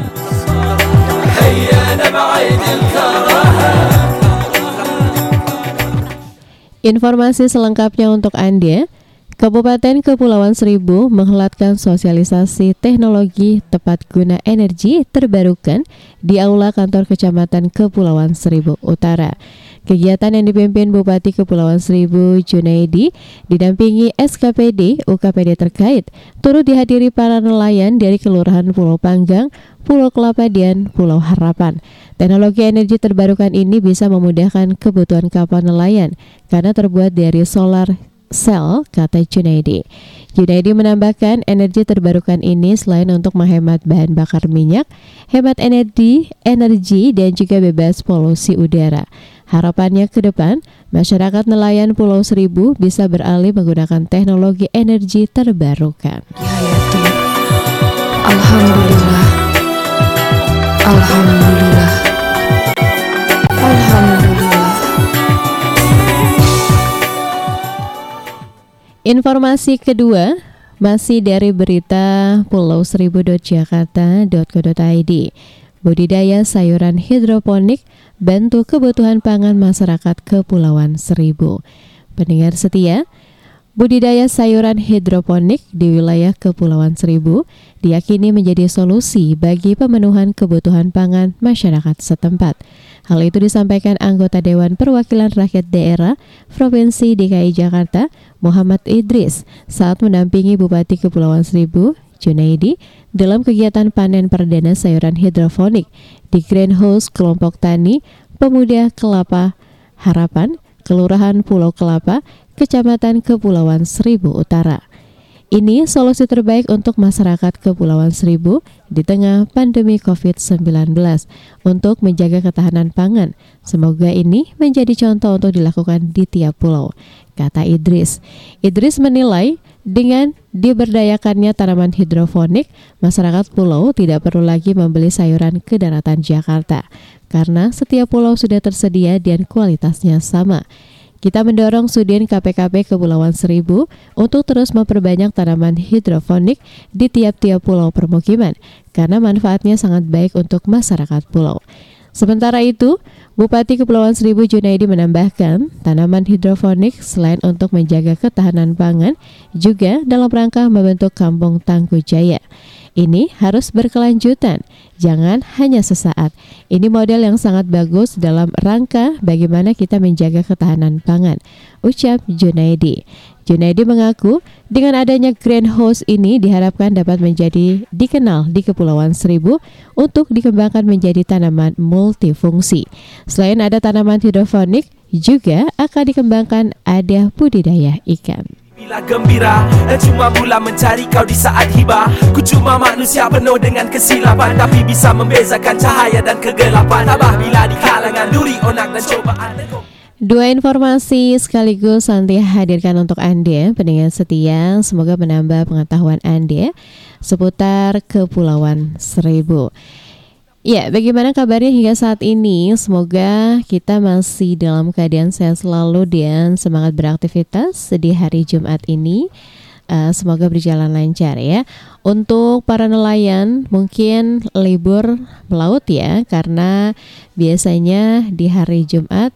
Informasi selengkapnya untuk Anda. Kabupaten Kepulauan Seribu menghelatkan sosialisasi teknologi tepat guna energi terbarukan di Aula Kantor Kecamatan Kepulauan Seribu Utara. Kegiatan yang dipimpin Bupati Kepulauan Seribu Junaidi didampingi SKPD, UKPD terkait, turut dihadiri para nelayan dari Kelurahan Pulau Panggang, Pulau Kelapa dan Pulau Harapan. Teknologi energi terbarukan ini bisa memudahkan kebutuhan kapal nelayan karena terbuat dari solar cell, kata Junaidi. Junaidi menambahkan energi terbarukan ini selain untuk menghemat bahan bakar minyak, hemat energi dan juga bebas polusi udara. Harapannya ke depan, masyarakat nelayan Pulau Seribu bisa beralih menggunakan teknologi energi terbarukan. Hayati. Alhamdulillah. Alhamdulillah. Alhamdulillah. Informasi kedua masih dari berita pulauSeribu.jakarta.go.id. Budidaya sayuran hidroponik bantu kebutuhan pangan masyarakat Kepulauan Seribu. Pendengar setia, budidaya sayuran hidroponik di wilayah Kepulauan Seribu diyakini menjadi solusi bagi pemenuhan kebutuhan pangan masyarakat setempat. Hal itu disampaikan anggota Dewan Perwakilan Rakyat Daerah Provinsi DKI Jakarta, Muhammad Idris, saat mendampingi Bupati Kepulauan Seribu, Junaidi, dalam kegiatan panen perdana sayuran hidroponik di Greenhouse Kelompok Tani Pemuda Kelapa Harapan, Kelurahan Pulau Kelapa, Kecamatan Kepulauan Seribu Utara. Ini solusi terbaik untuk masyarakat Kepulauan Seribu di tengah pandemi COVID-19 untuk menjaga ketahanan pangan. Semoga ini menjadi contoh untuk dilakukan di tiap pulau, kata Idris. Idris menilai dengan diberdayakannya tanaman hidroponik, masyarakat pulau tidak perlu lagi membeli sayuran ke daratan Jakarta karena setiap pulau sudah tersedia dan kualitasnya sama. Kita mendorong Sudin KPKP Kepulauan Seribu untuk terus memperbanyak tanaman hidroponik di tiap-tiap pulau permukiman karena manfaatnya sangat baik untuk masyarakat pulau. Sementara itu, Bupati Kepulauan Seribu Junaidi menambahkan, tanaman hidroponik selain untuk menjaga ketahanan pangan, juga dalam rangka membentuk Kampung Tangguh Jaya. Ini harus berkelanjutan, jangan hanya sesaat. Ini model yang sangat bagus dalam rangka bagaimana kita menjaga ketahanan pangan, ucap Junaidi. Junaidi mengaku dengan adanya greenhouse ini diharapkan dapat menjadi dikenal di Kepulauan Seribu untuk dikembangkan menjadi tanaman multifungsi. Selain ada tanaman hidroponik, juga akan dikembangkan ada budidaya ikan. Bila gembira dan cuma mula mencari kau di saat hibah. Ku cuma manusia penuh dengan kesilapan, tapi bisa membezakan cahaya dan kegelapan. Tabah bila di kalangan duri, onak dan cobaan. Dua informasi sekaligus Santi hadirkan untuk Anda, pendengar setia. Semoga menambah pengetahuan Anda seputar Kepulauan Seribu. Ya, bagaimana kabarnya hingga saat ini? Semoga kita masih dalam keadaan sehat selalu dan semangat beraktivitas di hari Jumat ini. Semoga berjalan lancar ya. Untuk para nelayan mungkin libur melaut ya, karena biasanya di hari Jumat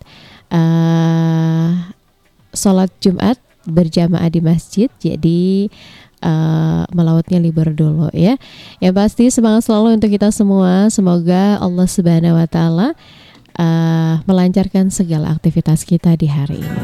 sholat Jumat berjamaah di masjid, jadi melautnya libur dulu ya. Yang pasti semangat selalu untuk kita semua. Semoga Allah Subhanahu wa taala melancarkan segala aktivitas kita di hari ini.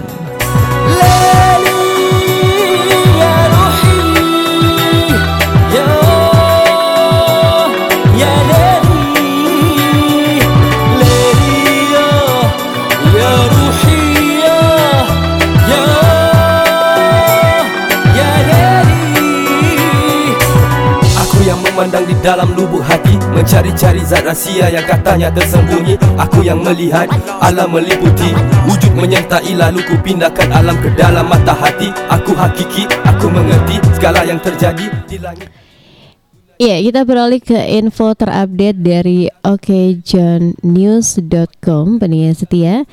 Memandang di dalam lubuk hati, mencari-cari zat rahsia yang katanya tersembunyi. Aku yang melihat, alam meliputi, wujud menyertai lalu ku pindahkan alam ke dalam mata hati. Aku hakiki, aku mengerti segala yang terjadi di langit. Iya, kita beralih ke info terupdate dari okjohnnews.com. Pendengar setia,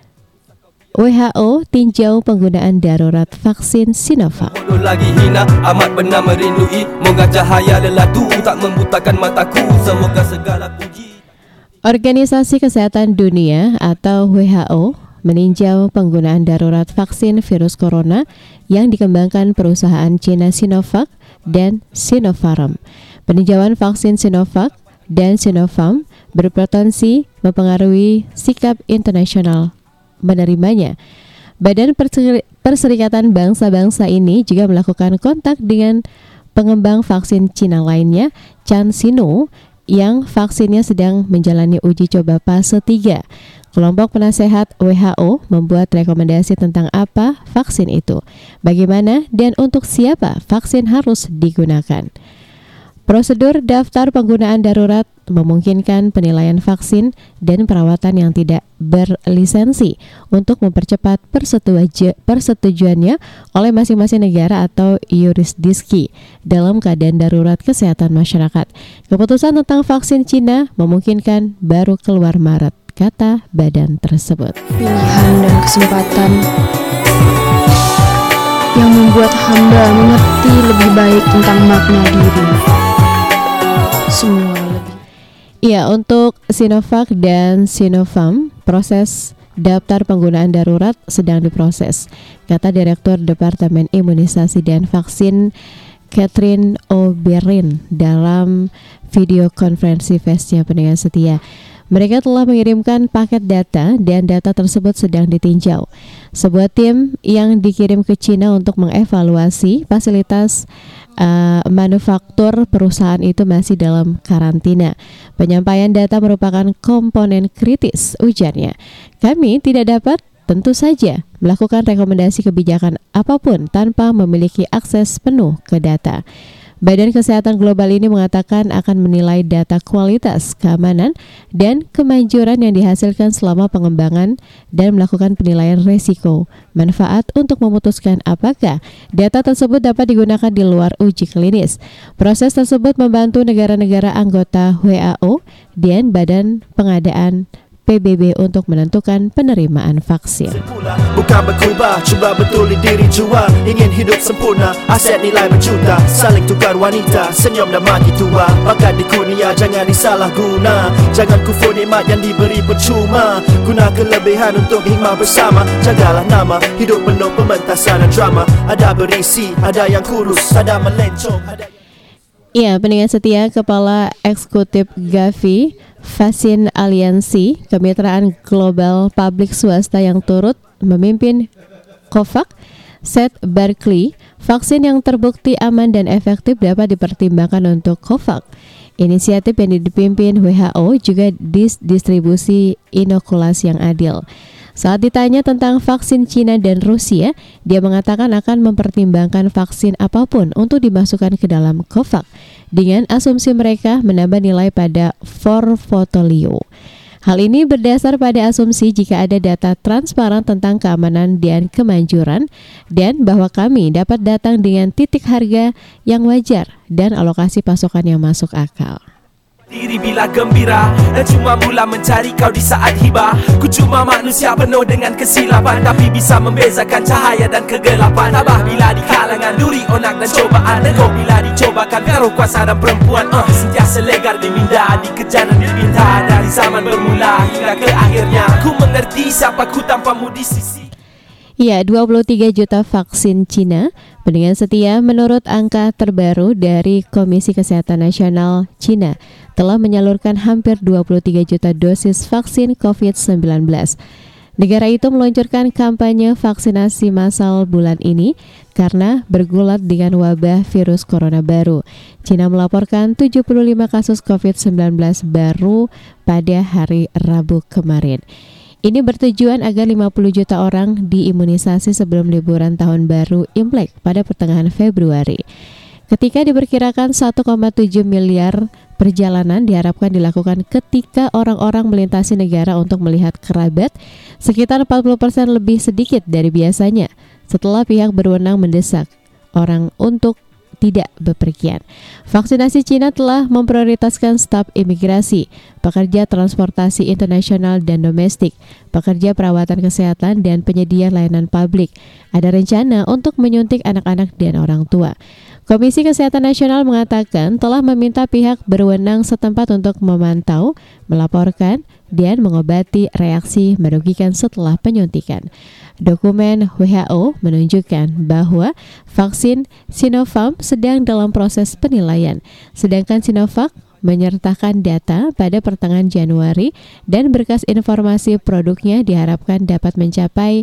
WHO tinjau penggunaan darurat vaksin Sinovac. Lagi hina, amat benar merindui, moga cahaya lelatu tak membutakan mataku. Semoga segala puji. Organisasi Kesehatan Dunia atau WHO meninjau penggunaan darurat vaksin virus corona yang dikembangkan perusahaan Cina Sinovac dan Sinopharm. Peninjauan vaksin Sinovac dan Sinopharm berpotensi mempengaruhi sikap internasional menerimanya. Badan Perserikatan Bangsa-Bangsa ini juga melakukan kontak dengan pengembang vaksin Cina lainnya, CanSino, yang vaksinnya sedang menjalani uji coba fase 3. Kelompok penasehat WHO membuat rekomendasi tentang apa vaksin itu, bagaimana dan untuk siapa vaksin harus digunakan. Prosedur daftar penggunaan darurat memungkinkan penilaian vaksin dan perawatan yang tidak berlisensi untuk mempercepat persetujuannya oleh masing-masing negara atau yurisdiksi dalam keadaan darurat kesehatan masyarakat. Keputusan tentang vaksin Cina memungkinkan baru keluar Maret, kata badan tersebut. Pilihan dan kesempatan yang membuat hamba mengerti lebih baik tentang makna diri. Semua lebih. Ya, untuk Sinovac dan Sinopharm, proses daftar penggunaan darurat sedang diproses, kata Direktur Departemen Imunisasi dan Vaksin Catherine O'Brien dalam video konferensi persnya pendengar setia. Mereka telah mengirimkan paket data dan data tersebut sedang ditinjau. Sebuah tim yang dikirim ke Cina untuk mengevaluasi fasilitas manufaktur perusahaan itu masih dalam karantina. Penyampaian data merupakan komponen kritis, ujarnya. Kami tidak dapat tentu saja melakukan rekomendasi kebijakan apapun tanpa memiliki akses penuh ke data. Badan Kesehatan Global ini mengatakan akan menilai data kualitas, keamanan, dan kemanjuran yang dihasilkan selama pengembangan dan melakukan penilaian resiko, manfaat untuk memutuskan apakah data tersebut dapat digunakan di luar uji klinis. Proses tersebut membantu negara-negara anggota WHO dan Badan Pengadaan PBB untuk menentukan penerimaan vaksin. Bukan berkubah, cuba betuli diri jua. Ingin hidup sempurna, aset nilai berjuta. Saling tukar wanita, senyum dan mati tua. Bakat di kurnia, jangan disalahguna. Jangan kufur nikmat yang diberi percuma. Guna kelebihan untuk hikmah bersama. Jagalah nama, hidup penuh pementasan dan drama. Ada berisi, ada yang kurus, ada melencong, ada... Ya, pendengar setia, Kepala Eksekutif Gavi Vaksin Aliansi Kemitraan Global Publik Swasta yang turut memimpin COVAX, Seth Berkley, vaksin yang terbukti aman dan efektif dapat dipertimbangkan untuk COVAX. Inisiatif yang dipimpin WHO juga distribusi inokulasi yang adil. Saat ditanya tentang vaksin Cina dan Rusia, dia mengatakan akan mempertimbangkan vaksin apapun untuk dimasukkan ke dalam COVAX dengan asumsi mereka menambah nilai pada portfolio. Hal ini berdasar pada asumsi jika ada data transparan tentang keamanan dan kemanjuran dan bahwa kami dapat datang dengan titik harga yang wajar dan alokasi pasokan yang masuk akal. Diri bila gembira dan cuma mula mencari kau di saat hibah. Ku cuma manusia penuh dengan kesilapan, tapi bisa membezakan cahaya dan kegelapan. Tabah bila di kalangan duri, onak dan cobaan. Negok bila dicobakan karuh kuasa dan perempuan. Sentiasa legar diminda, dikejar dan diminta. Dari zaman bermula hingga ke akhirnya, ku mengerti siapa ku tanpamu di sisi. Ya, 23 juta vaksin Cina. Pendengar setia, menurut angka terbaru dari Komisi Kesehatan Nasional Cina, telah menyalurkan hampir 23 juta dosis vaksin COVID-19. Negara itu meluncurkan kampanye vaksinasi massal bulan ini karena bergulat dengan wabah virus corona baru. Cina melaporkan 75 kasus COVID-19 baru pada hari Rabu kemarin. Ini bertujuan agar 50 juta orang diimunisasi sebelum liburan tahun baru Imlek pada pertengahan Februari. Ketika diperkirakan 1,7 miliar perjalanan diharapkan dilakukan ketika orang-orang melintasi negara untuk melihat kerabat, sekitar 40% lebih sedikit dari biasanya setelah pihak berwenang mendesak orang untuk tidak bepergian. Vaksinasi Cina telah memprioritaskan staf imigrasi, pekerja transportasi internasional dan domestik, pekerja perawatan kesehatan, dan penyedia layanan publik. Ada rencana untuk menyuntik anak-anak dan orang tua. Komisi Kesehatan Nasional mengatakan telah meminta pihak berwenang setempat untuk memantau, melaporkan, dan mengobati reaksi merugikan setelah penyuntikan. Dokumen WHO menunjukkan bahwa vaksin Sinopharm sedang dalam proses penilaian, sedangkan Sinovac menyertakan data pada pertengahan Januari dan berkas informasi produknya diharapkan dapat mencapai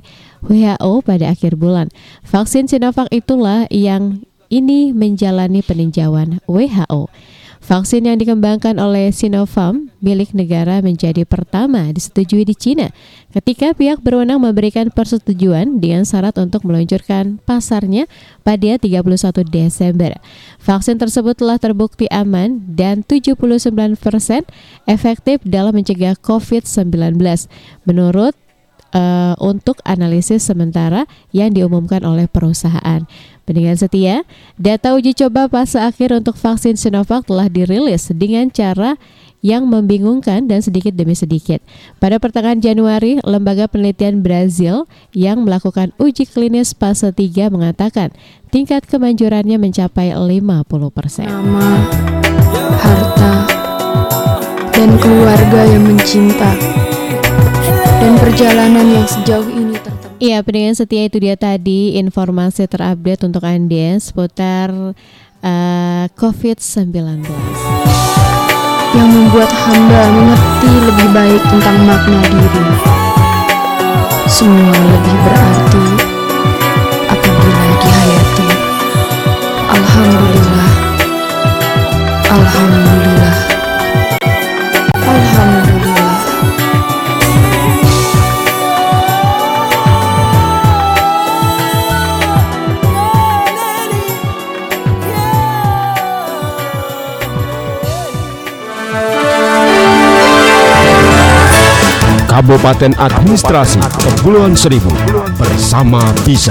WHO pada akhir bulan. Vaksin Sinovac itulah yang ini menjalani peninjauan WHO. Vaksin yang dikembangkan oleh Sinopharm milik negara menjadi pertama disetujui di Cina ketika pihak berwenang memberikan persetujuan dengan syarat untuk meluncurkan pasarnya pada 31 Desember. Vaksin tersebut telah terbukti aman dan 79% efektif dalam mencegah COVID-19 menurut untuk analisis sementara yang diumumkan oleh perusahaan. Pendengar setia, data uji coba fase akhir untuk vaksin Sinovac telah dirilis dengan cara yang membingungkan dan sedikit demi sedikit. Pada pertengahan Januari, lembaga penelitian Brazil yang melakukan uji klinis fase 3 mengatakan tingkat kemanjurannya mencapai 50%. Nama, harta, dan keluarga yang mencinta, dan perjalanan yang sejauh ini tertempuh. Iya, pendengar setia, itu dia tadi informasi terupdate untuk Anda seputar COVID-19. Yang membuat hamba mengerti lebih baik tentang makna diri. Semua lebih berarti apabila dihayati. Alhamdulillah. Alhamdulillah. Alhamdulillah. Kabupaten Administrasi Kepulauan Seribu bersama Bisa.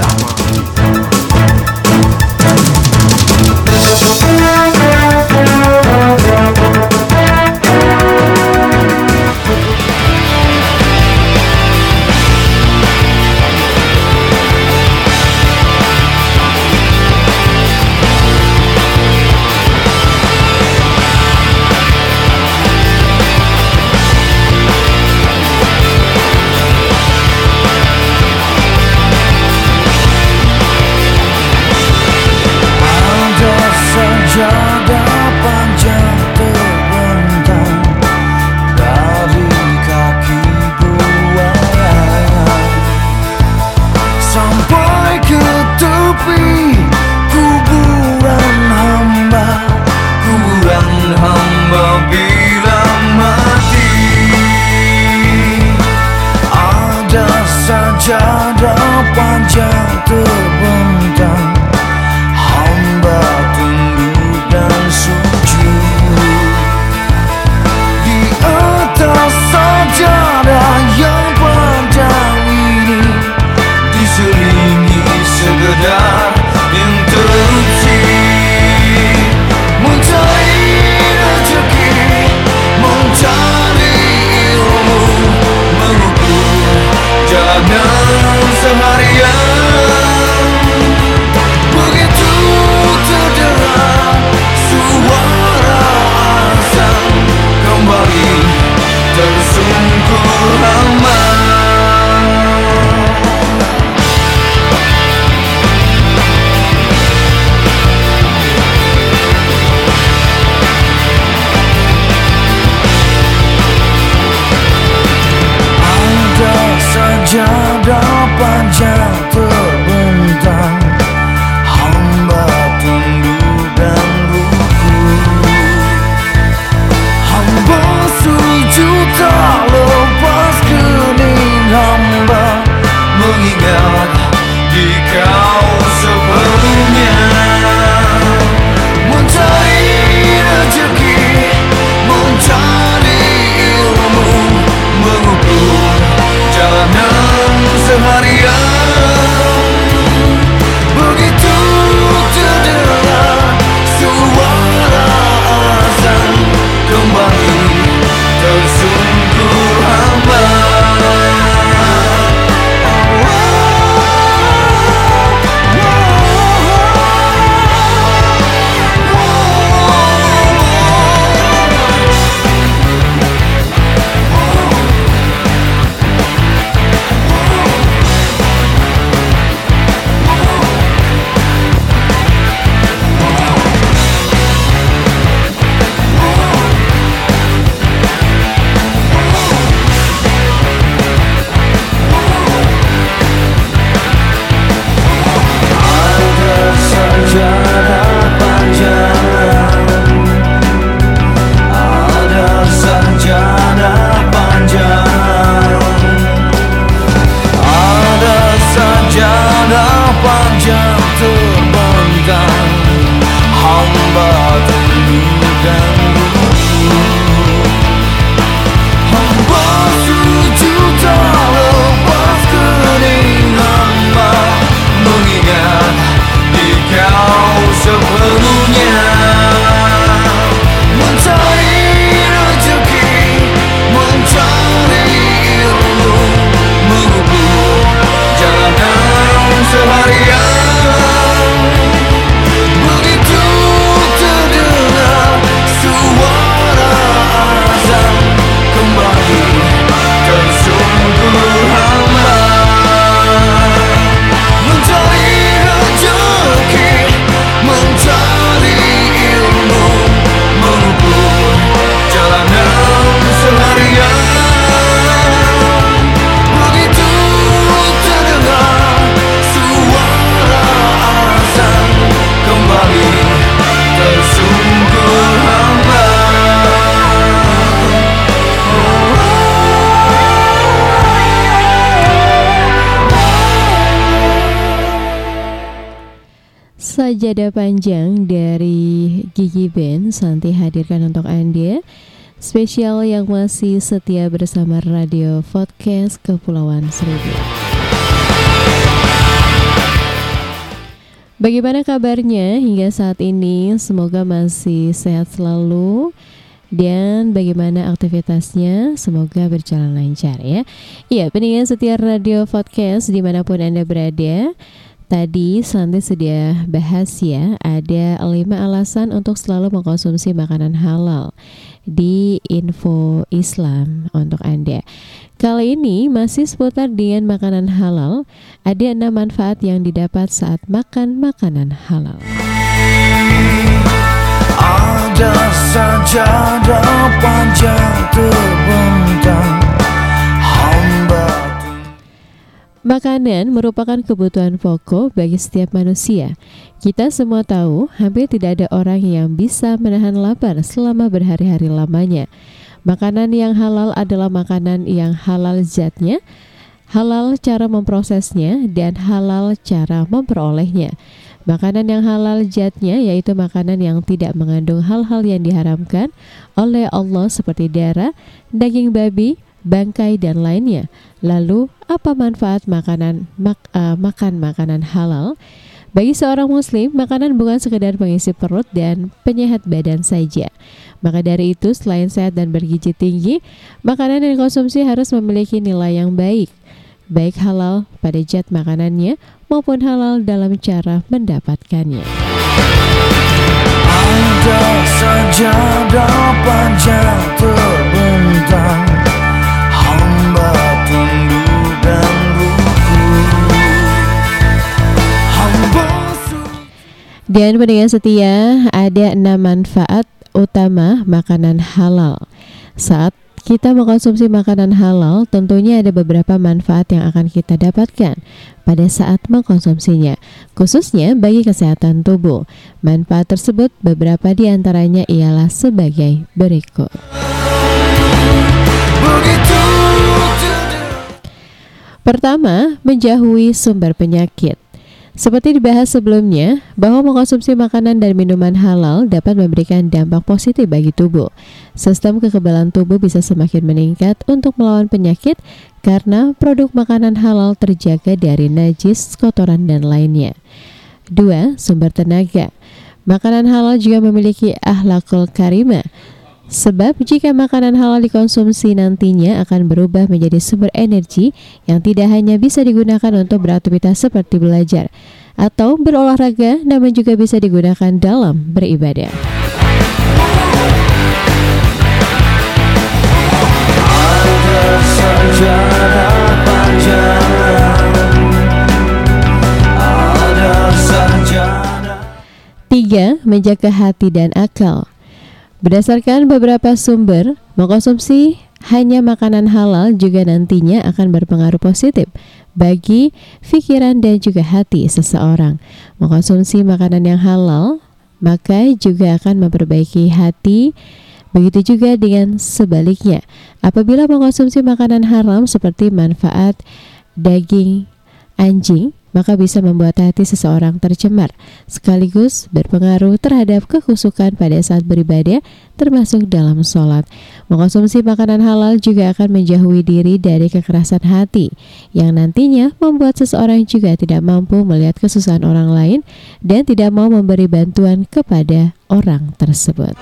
Sajadah Panjang dari Gigi Band Santi hadirkan untuk Anda, spesial yang masih setia bersama Radio Podcast Kepulauan Seribu. Bagaimana kabarnya hingga saat ini? Semoga masih sehat selalu. Dan bagaimana aktivitasnya? Semoga berjalan lancar ya. Iya, pendengar setia Radio Podcast dimanapun Anda berada. Tadi Santi sudah bahas ya, ada 5 alasan untuk selalu mengkonsumsi makanan halal di info Islam untuk Anda. Kali ini masih seputar dengan makanan halal. Ada 6 manfaat yang didapat saat makan makanan halal. Ada sajadah panjang terbentang hamba. Makanan merupakan kebutuhan pokok bagi setiap manusia. Kita semua tahu, hampir tidak ada orang yang bisa menahan lapar selama berhari-hari lamanya. Makanan yang halal adalah makanan yang halal zatnya, halal cara memprosesnya, dan halal cara memperolehnya. Makanan yang halal zatnya yaitu makanan yang tidak mengandung hal-hal yang diharamkan oleh Allah seperti darah, daging babi, bangkai, dan lainnya. Lalu, apa manfaat makan makanan halal? Bagi seorang muslim, makanan bukan sekedar pengisi perut dan penyehat badan saja. Maka dari itu, selain sehat dan bergizi tinggi, makanan yang dikonsumsi harus memiliki nilai yang baik halal pada zat makanannya maupun halal dalam cara mendapatkannya. Ada sajadah panjang terbentang hamba tunduk dan rukun. Dan pendengar setia, ada 6 manfaat utama makanan halal. Saat kita mengkonsumsi makanan halal, tentunya ada beberapa manfaat yang akan kita dapatkan pada saat mengkonsumsinya, khususnya bagi kesehatan tubuh. Manfaat tersebut beberapa di antaranya ialah sebagai berikut. Pertama, menjauhi sumber penyakit. Seperti dibahas sebelumnya, bahwa mengkonsumsi makanan dan minuman halal dapat memberikan dampak positif bagi tubuh. Sistem kekebalan tubuh bisa semakin meningkat untuk melawan penyakit karena produk makanan halal terjaga dari najis, kotoran, dan lainnya. 2. Sumber tenaga. Makanan halal juga memiliki akhlakul karimah. Sebab jika makanan halal dikonsumsi nantinya akan berubah menjadi sumber energi yang tidak hanya bisa digunakan untuk beraktivitas seperti belajar atau berolahraga, namun juga bisa digunakan dalam beribadah. Ada sajadah panjang, ada sajadah. 3. Menjaga hati dan akal. Berdasarkan beberapa sumber, mengkonsumsi hanya makanan halal juga nantinya akan berpengaruh positif bagi pikiran dan juga hati seseorang. Mengkonsumsi makanan yang halal, maka juga akan memperbaiki hati. Begitu juga dengan sebaliknya. Apabila mengkonsumsi makanan haram seperti manfaat daging anjing, maka bisa membuat hati seseorang tercemar, sekaligus berpengaruh terhadap kekhusyukan pada saat beribadah, termasuk dalam sholat. Mengkonsumsi makanan halal juga akan menjauhi diri dari kekerasan hati, yang nantinya membuat seseorang juga tidak mampu melihat kesusahan orang lain dan tidak mau memberi bantuan kepada orang tersebut.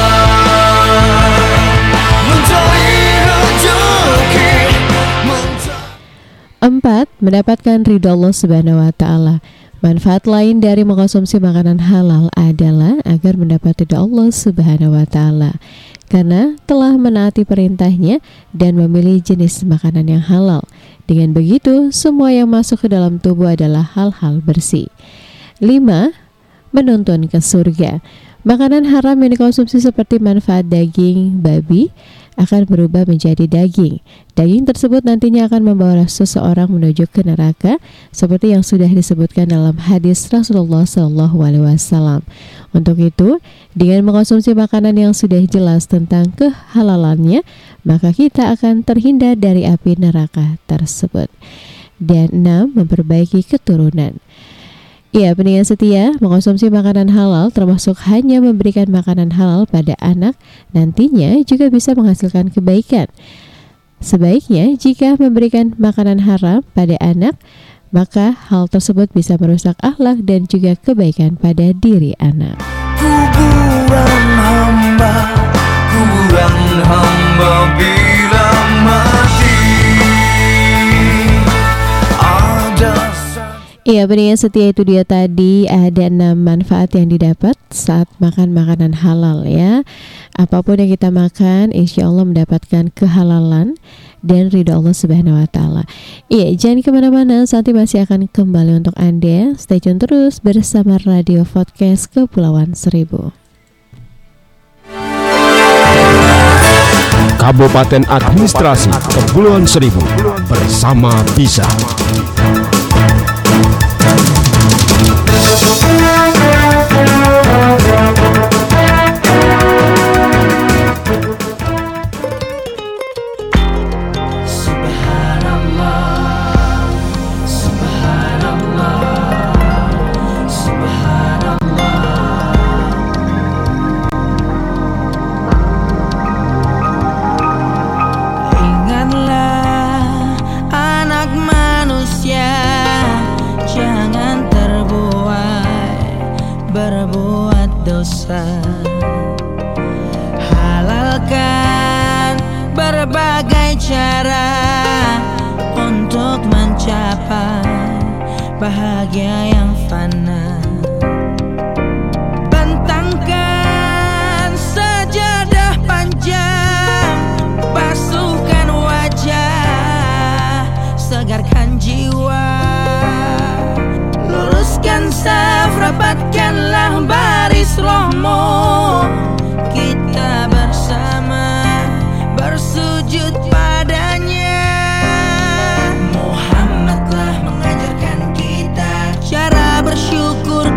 4. Mendapatkan ridho Allah Subhanahu wa Ta'ala. Manfaat lain dari mengkonsumsi makanan halal adalah agar mendapat ridho Allah Subhanahu wa Ta'ala, karena telah menaati perintahnya dan memilih jenis makanan yang halal. Dengan begitu, semua yang masuk ke dalam tubuh adalah hal-hal bersih. 5. Menuntun ke surga. Makanan haram yang dikonsumsi seperti manfaat daging babi akan berubah menjadi daging. Daging tersebut nantinya akan membawa seseorang menuju ke neraka, seperti yang sudah disebutkan dalam hadis Rasulullah SAW. Untuk itu, dengan mengkonsumsi makanan yang sudah jelas tentang kehalalannya, maka kita akan terhindar dari api neraka tersebut. Dan 6. Memperbaiki keturunan. Iya, pendengar setia, mengonsumsi makanan halal termasuk hanya memberikan makanan halal pada anak nantinya juga bisa menghasilkan kebaikan. Sebaiknya jika memberikan makanan haram pada anak, maka hal tersebut bisa merusak akhlak dan juga kebaikan pada diri anak. Kuburan hamba bila mati. Iya, pendengar setia, itu dia tadi ada 6 manfaat yang didapat saat makan makanan halal ya. Apapun yang kita makan, insya Allah mendapatkan kehalalan dan ridha Allah Subhanahu wa Ta'ala. Iya, jangan kemana-mana, nanti masih akan kembali untuk Anda. Stay tune terus bersama Radio Podcast Kepulauan Seribu. Kabupaten Administrasi Kepulauan Seribu bersama Bisa. berbuat dosa. Halalkan berbagai cara untuk mencapai bahagia yang fana. Bentangkan sajadah panjang, basuhkan wajah, segarkan jiwa. Luruskan saf, rapatkanlah baris rohmu. Kita bersama bersujud padanya. Muhammad telah mengajarkan kita cara bersyukur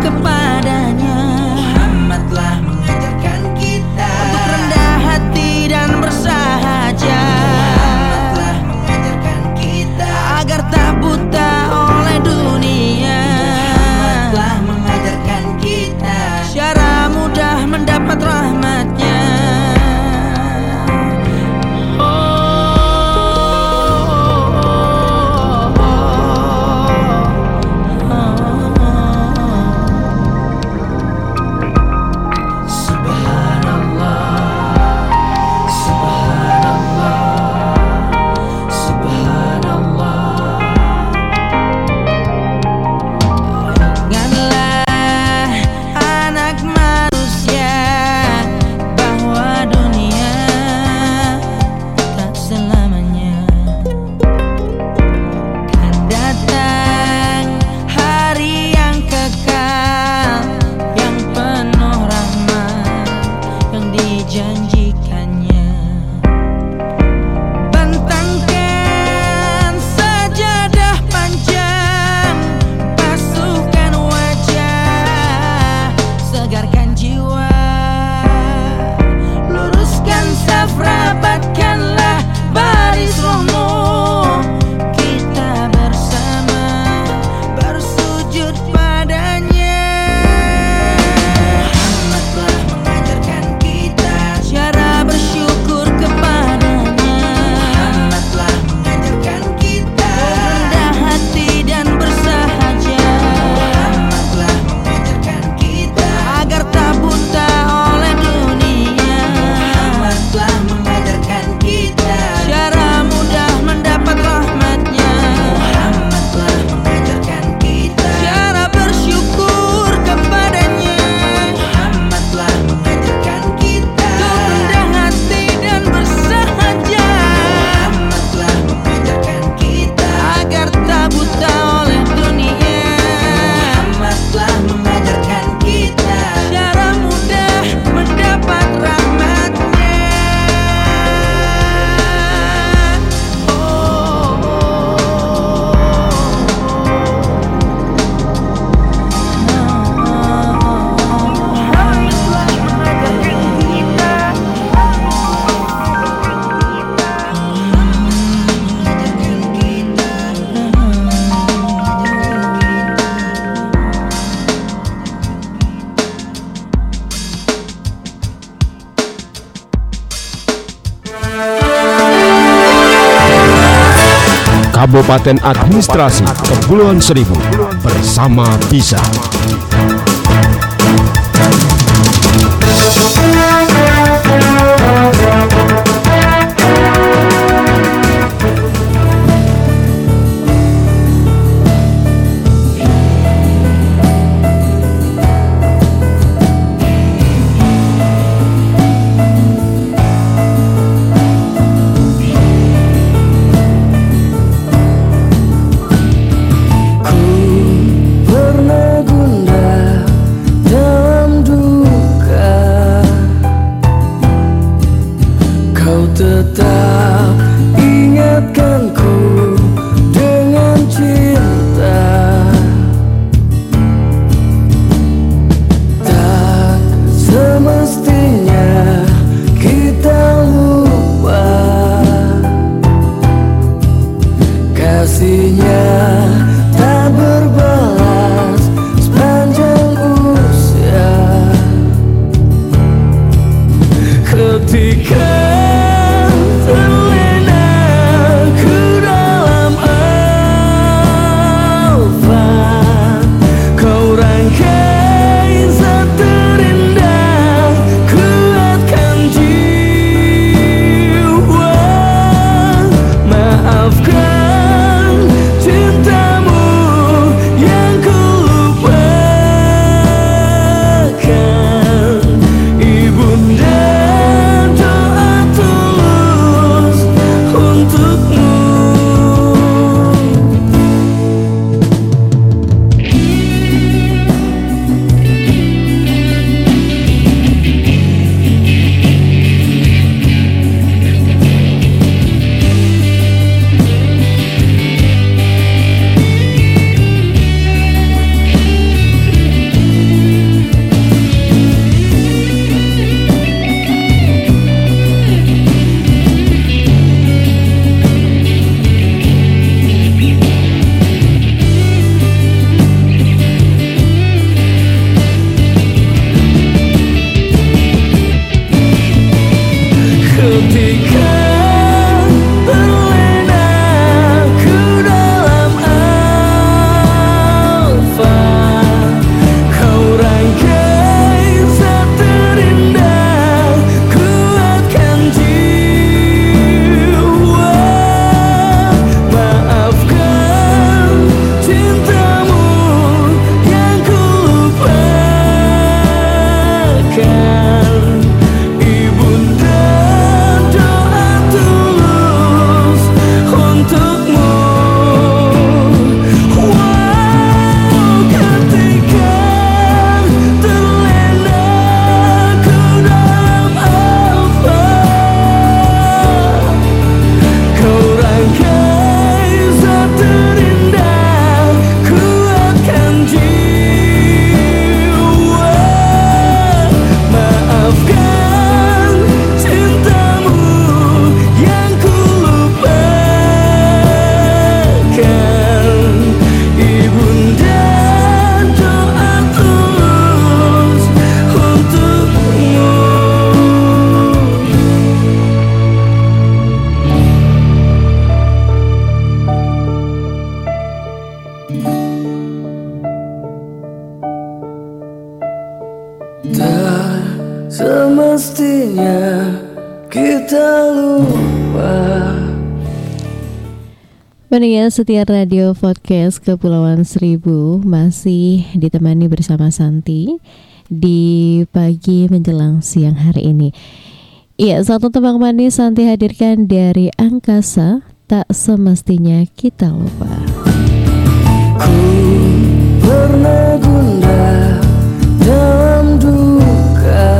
Kabupaten Administrasi Kepulauan Seribu bersama Bisa. Tetap ingatkanku dengan cinta. Tak semestinya kita lupa kasihnya tak berbalas sepanjang usia. Ketika semestinya kita lupa. Pendengar setia radio podcast Kepulauan Seribu masih ditemani bersama Santi di pagi menjelang siang hari ini. Iya, satu tembang manis Santi hadirkan dari Angkasa, Tak Semestinya Kita Lupa. Ku pernah gundah dalam duka.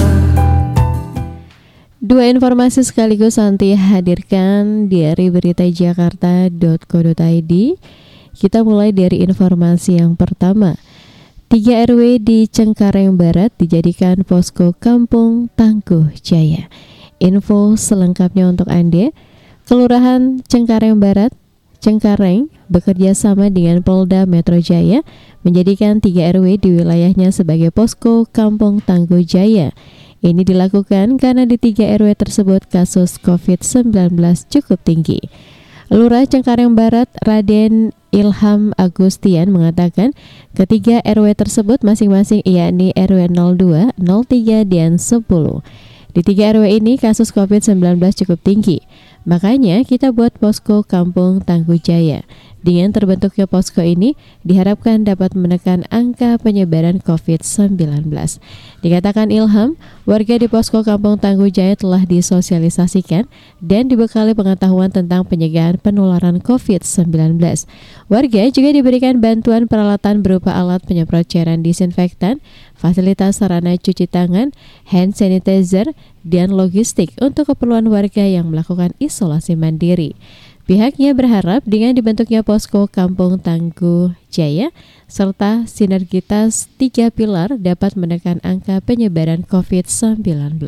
Dua informasi sekaligus Santi hadirkan dari beritajakarta.co.id. Kita mulai dari informasi yang pertama. 3 RW di Cengkareng Barat dijadikan posko Kampung Tangguh Jaya. Info selengkapnya untuk Anda. Kelurahan Cengkareng Barat, Cengkareng bekerja sama dengan Polda Metro Jaya menjadikan 3 RW di wilayahnya sebagai posko Kampung Tangguh Jaya. Ini dilakukan karena di 3 RW tersebut kasus COVID-19 cukup tinggi. Lurah Cengkareng Barat Raden Ilham Agustian mengatakan ketiga RW tersebut masing-masing yakni RW 02, 03, dan 10. Di 3 RW ini kasus COVID-19 cukup tinggi. Makanya kita buat posko Kampung Tangguh Jaya. Dengan terbentuknya posko ini diharapkan dapat menekan angka penyebaran COVID-19. Dikatakan Ilham, warga di posko Kampung Tangguh Jaya telah disosialisasikan dan dibekali pengetahuan tentang pencegahan penularan COVID-19. Warga juga diberikan bantuan peralatan berupa alat penyemprot cairan disinfektan, fasilitas sarana cuci tangan, hand sanitizer, dan logistik untuk keperluan warga yang melakukan isolasi mandiri. Pihaknya berharap dengan dibentuknya posko Kampung Tangguh Jaya serta sinergitas 3 pilar dapat menekan angka penyebaran COVID-19.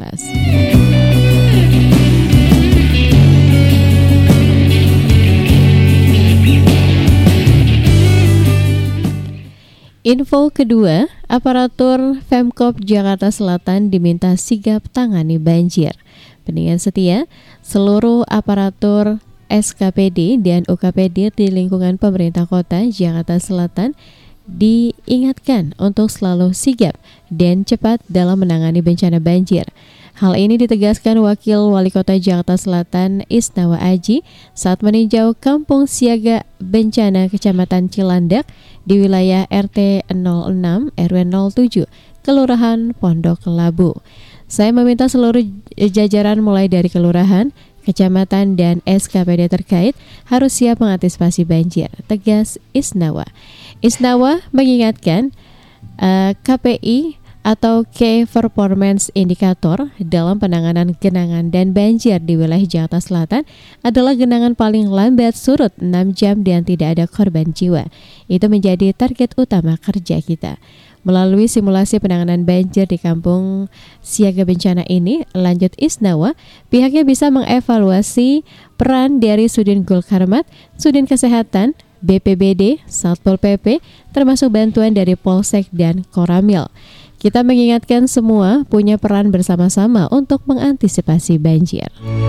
Info kedua, aparatur Pemkab Jakarta Selatan diminta sigap tangani banjir. Pendengar setia, seluruh aparatur SKPD dan UKPD di lingkungan pemerintah kota Jakarta Selatan diingatkan untuk selalu sigap dan cepat dalam menangani bencana banjir. Hal ini ditegaskan Wakil Wali Kota Jakarta Selatan Isnawa Aji saat meninjau Kampung Siaga Bencana Kecamatan Cilandak di wilayah RT 06 RW 07 Kelurahan Pondok Labu. Saya meminta seluruh jajaran mulai dari kelurahan, kecamatan, dan SKPD terkait harus siap mengantisipasi banjir, tegas Isnawa. Isnawa mengingatkan KPI atau Key Performance Indicator dalam penanganan genangan dan banjir di wilayah Jakarta Selatan adalah genangan paling lambat surut 6 jam dan tidak ada korban jiwa. Itu menjadi target utama kerja kita. Melalui simulasi penanganan banjir di Kampung Siaga Bencana ini, lanjut Isnawa, pihaknya bisa mengevaluasi peran dari Sudin Gulkarmat, Sudin Kesehatan, BPBD, Satpol PP, termasuk bantuan dari Polsek dan Koramil. Kita mengingatkan semua punya peran bersama-sama untuk mengantisipasi banjir.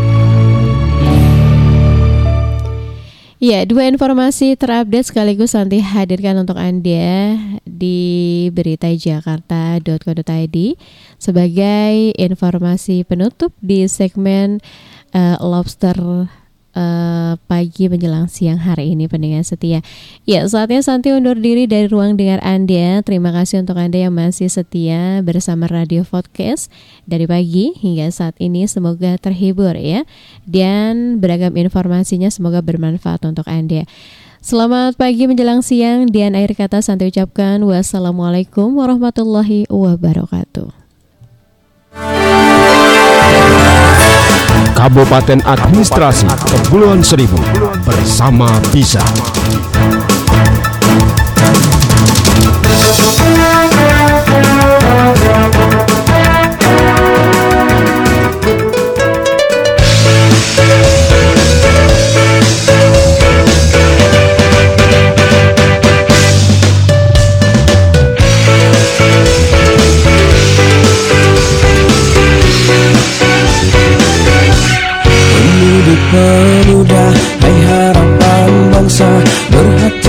Ya, 2 informasi terupdate sekaligus nanti hadirkan untuk Anda di beritajakarta.co.id sebagai informasi penutup di segmen Lobster pagi menjelang siang hari ini, pendengar setia. Ya, saatnya Santi undur diri dari ruang dengar Anda. Terima kasih untuk Anda yang masih setia bersama Radio Podcast dari pagi hingga saat ini. Semoga terhibur ya, dan beragam informasinya semoga bermanfaat untuk Anda. Selamat pagi menjelang siang, dan akhir kata Santi ucapkan wassalamualaikum warahmatullahi wabarakatuh. Kabupaten Administrasi Kepulauan Seribu bersama Bisa. Pemuda, hai harapan bangsa, berhati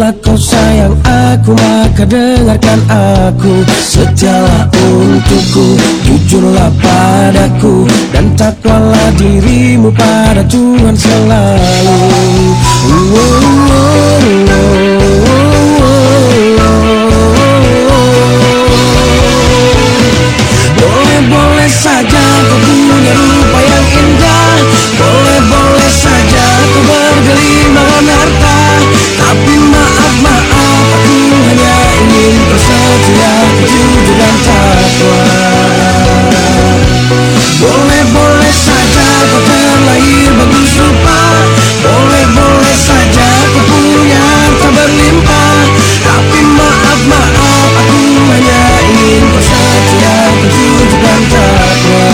Bila kau sayang aku maka dengarkan aku. Setialah untukku, jujurlah padaku, dan takwalah dirimu pada Tuhan selalu. Boleh-boleh saja kau punya rupa yang indah, boleh-boleh saja kau bergelimangan harta, tapi maaf aku hanya ingin kau setia, jujur dan takwa. Boleh-boleh saja kau terlahir bagus rupa, boleh-boleh saja kau punya harta berlimpah, tapi maaf aku hanya ingin kau setia, jujur dan takwa.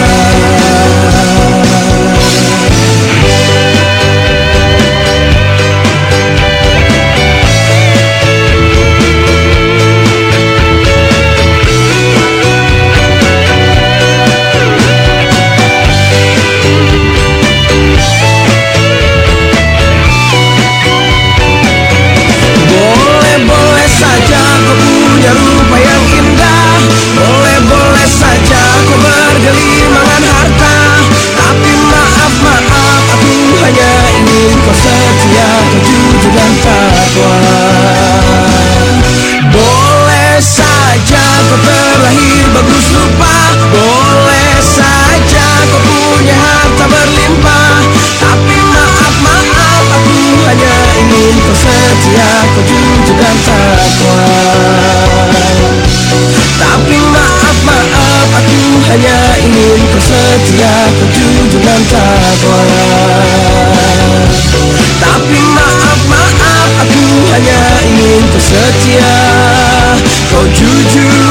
Boleh-boleh saja kau punya rupa yang indah, boleh-boleh saja kau bergelimangan harta, tapi maaf aku hanya ingin kau setia, kau jujur dan takwa. Boleh saja kau terlahir bagus rupa, boleh saja kau punya harta berlimpah, tapi maaf aku hanya ingin kau setia, kau jujur dan takwa. Tapi maaf aku hanya ingin kau setia, kau jujur dan takwa. Tapi maaf aku hanya ingin kau setia, kau jujur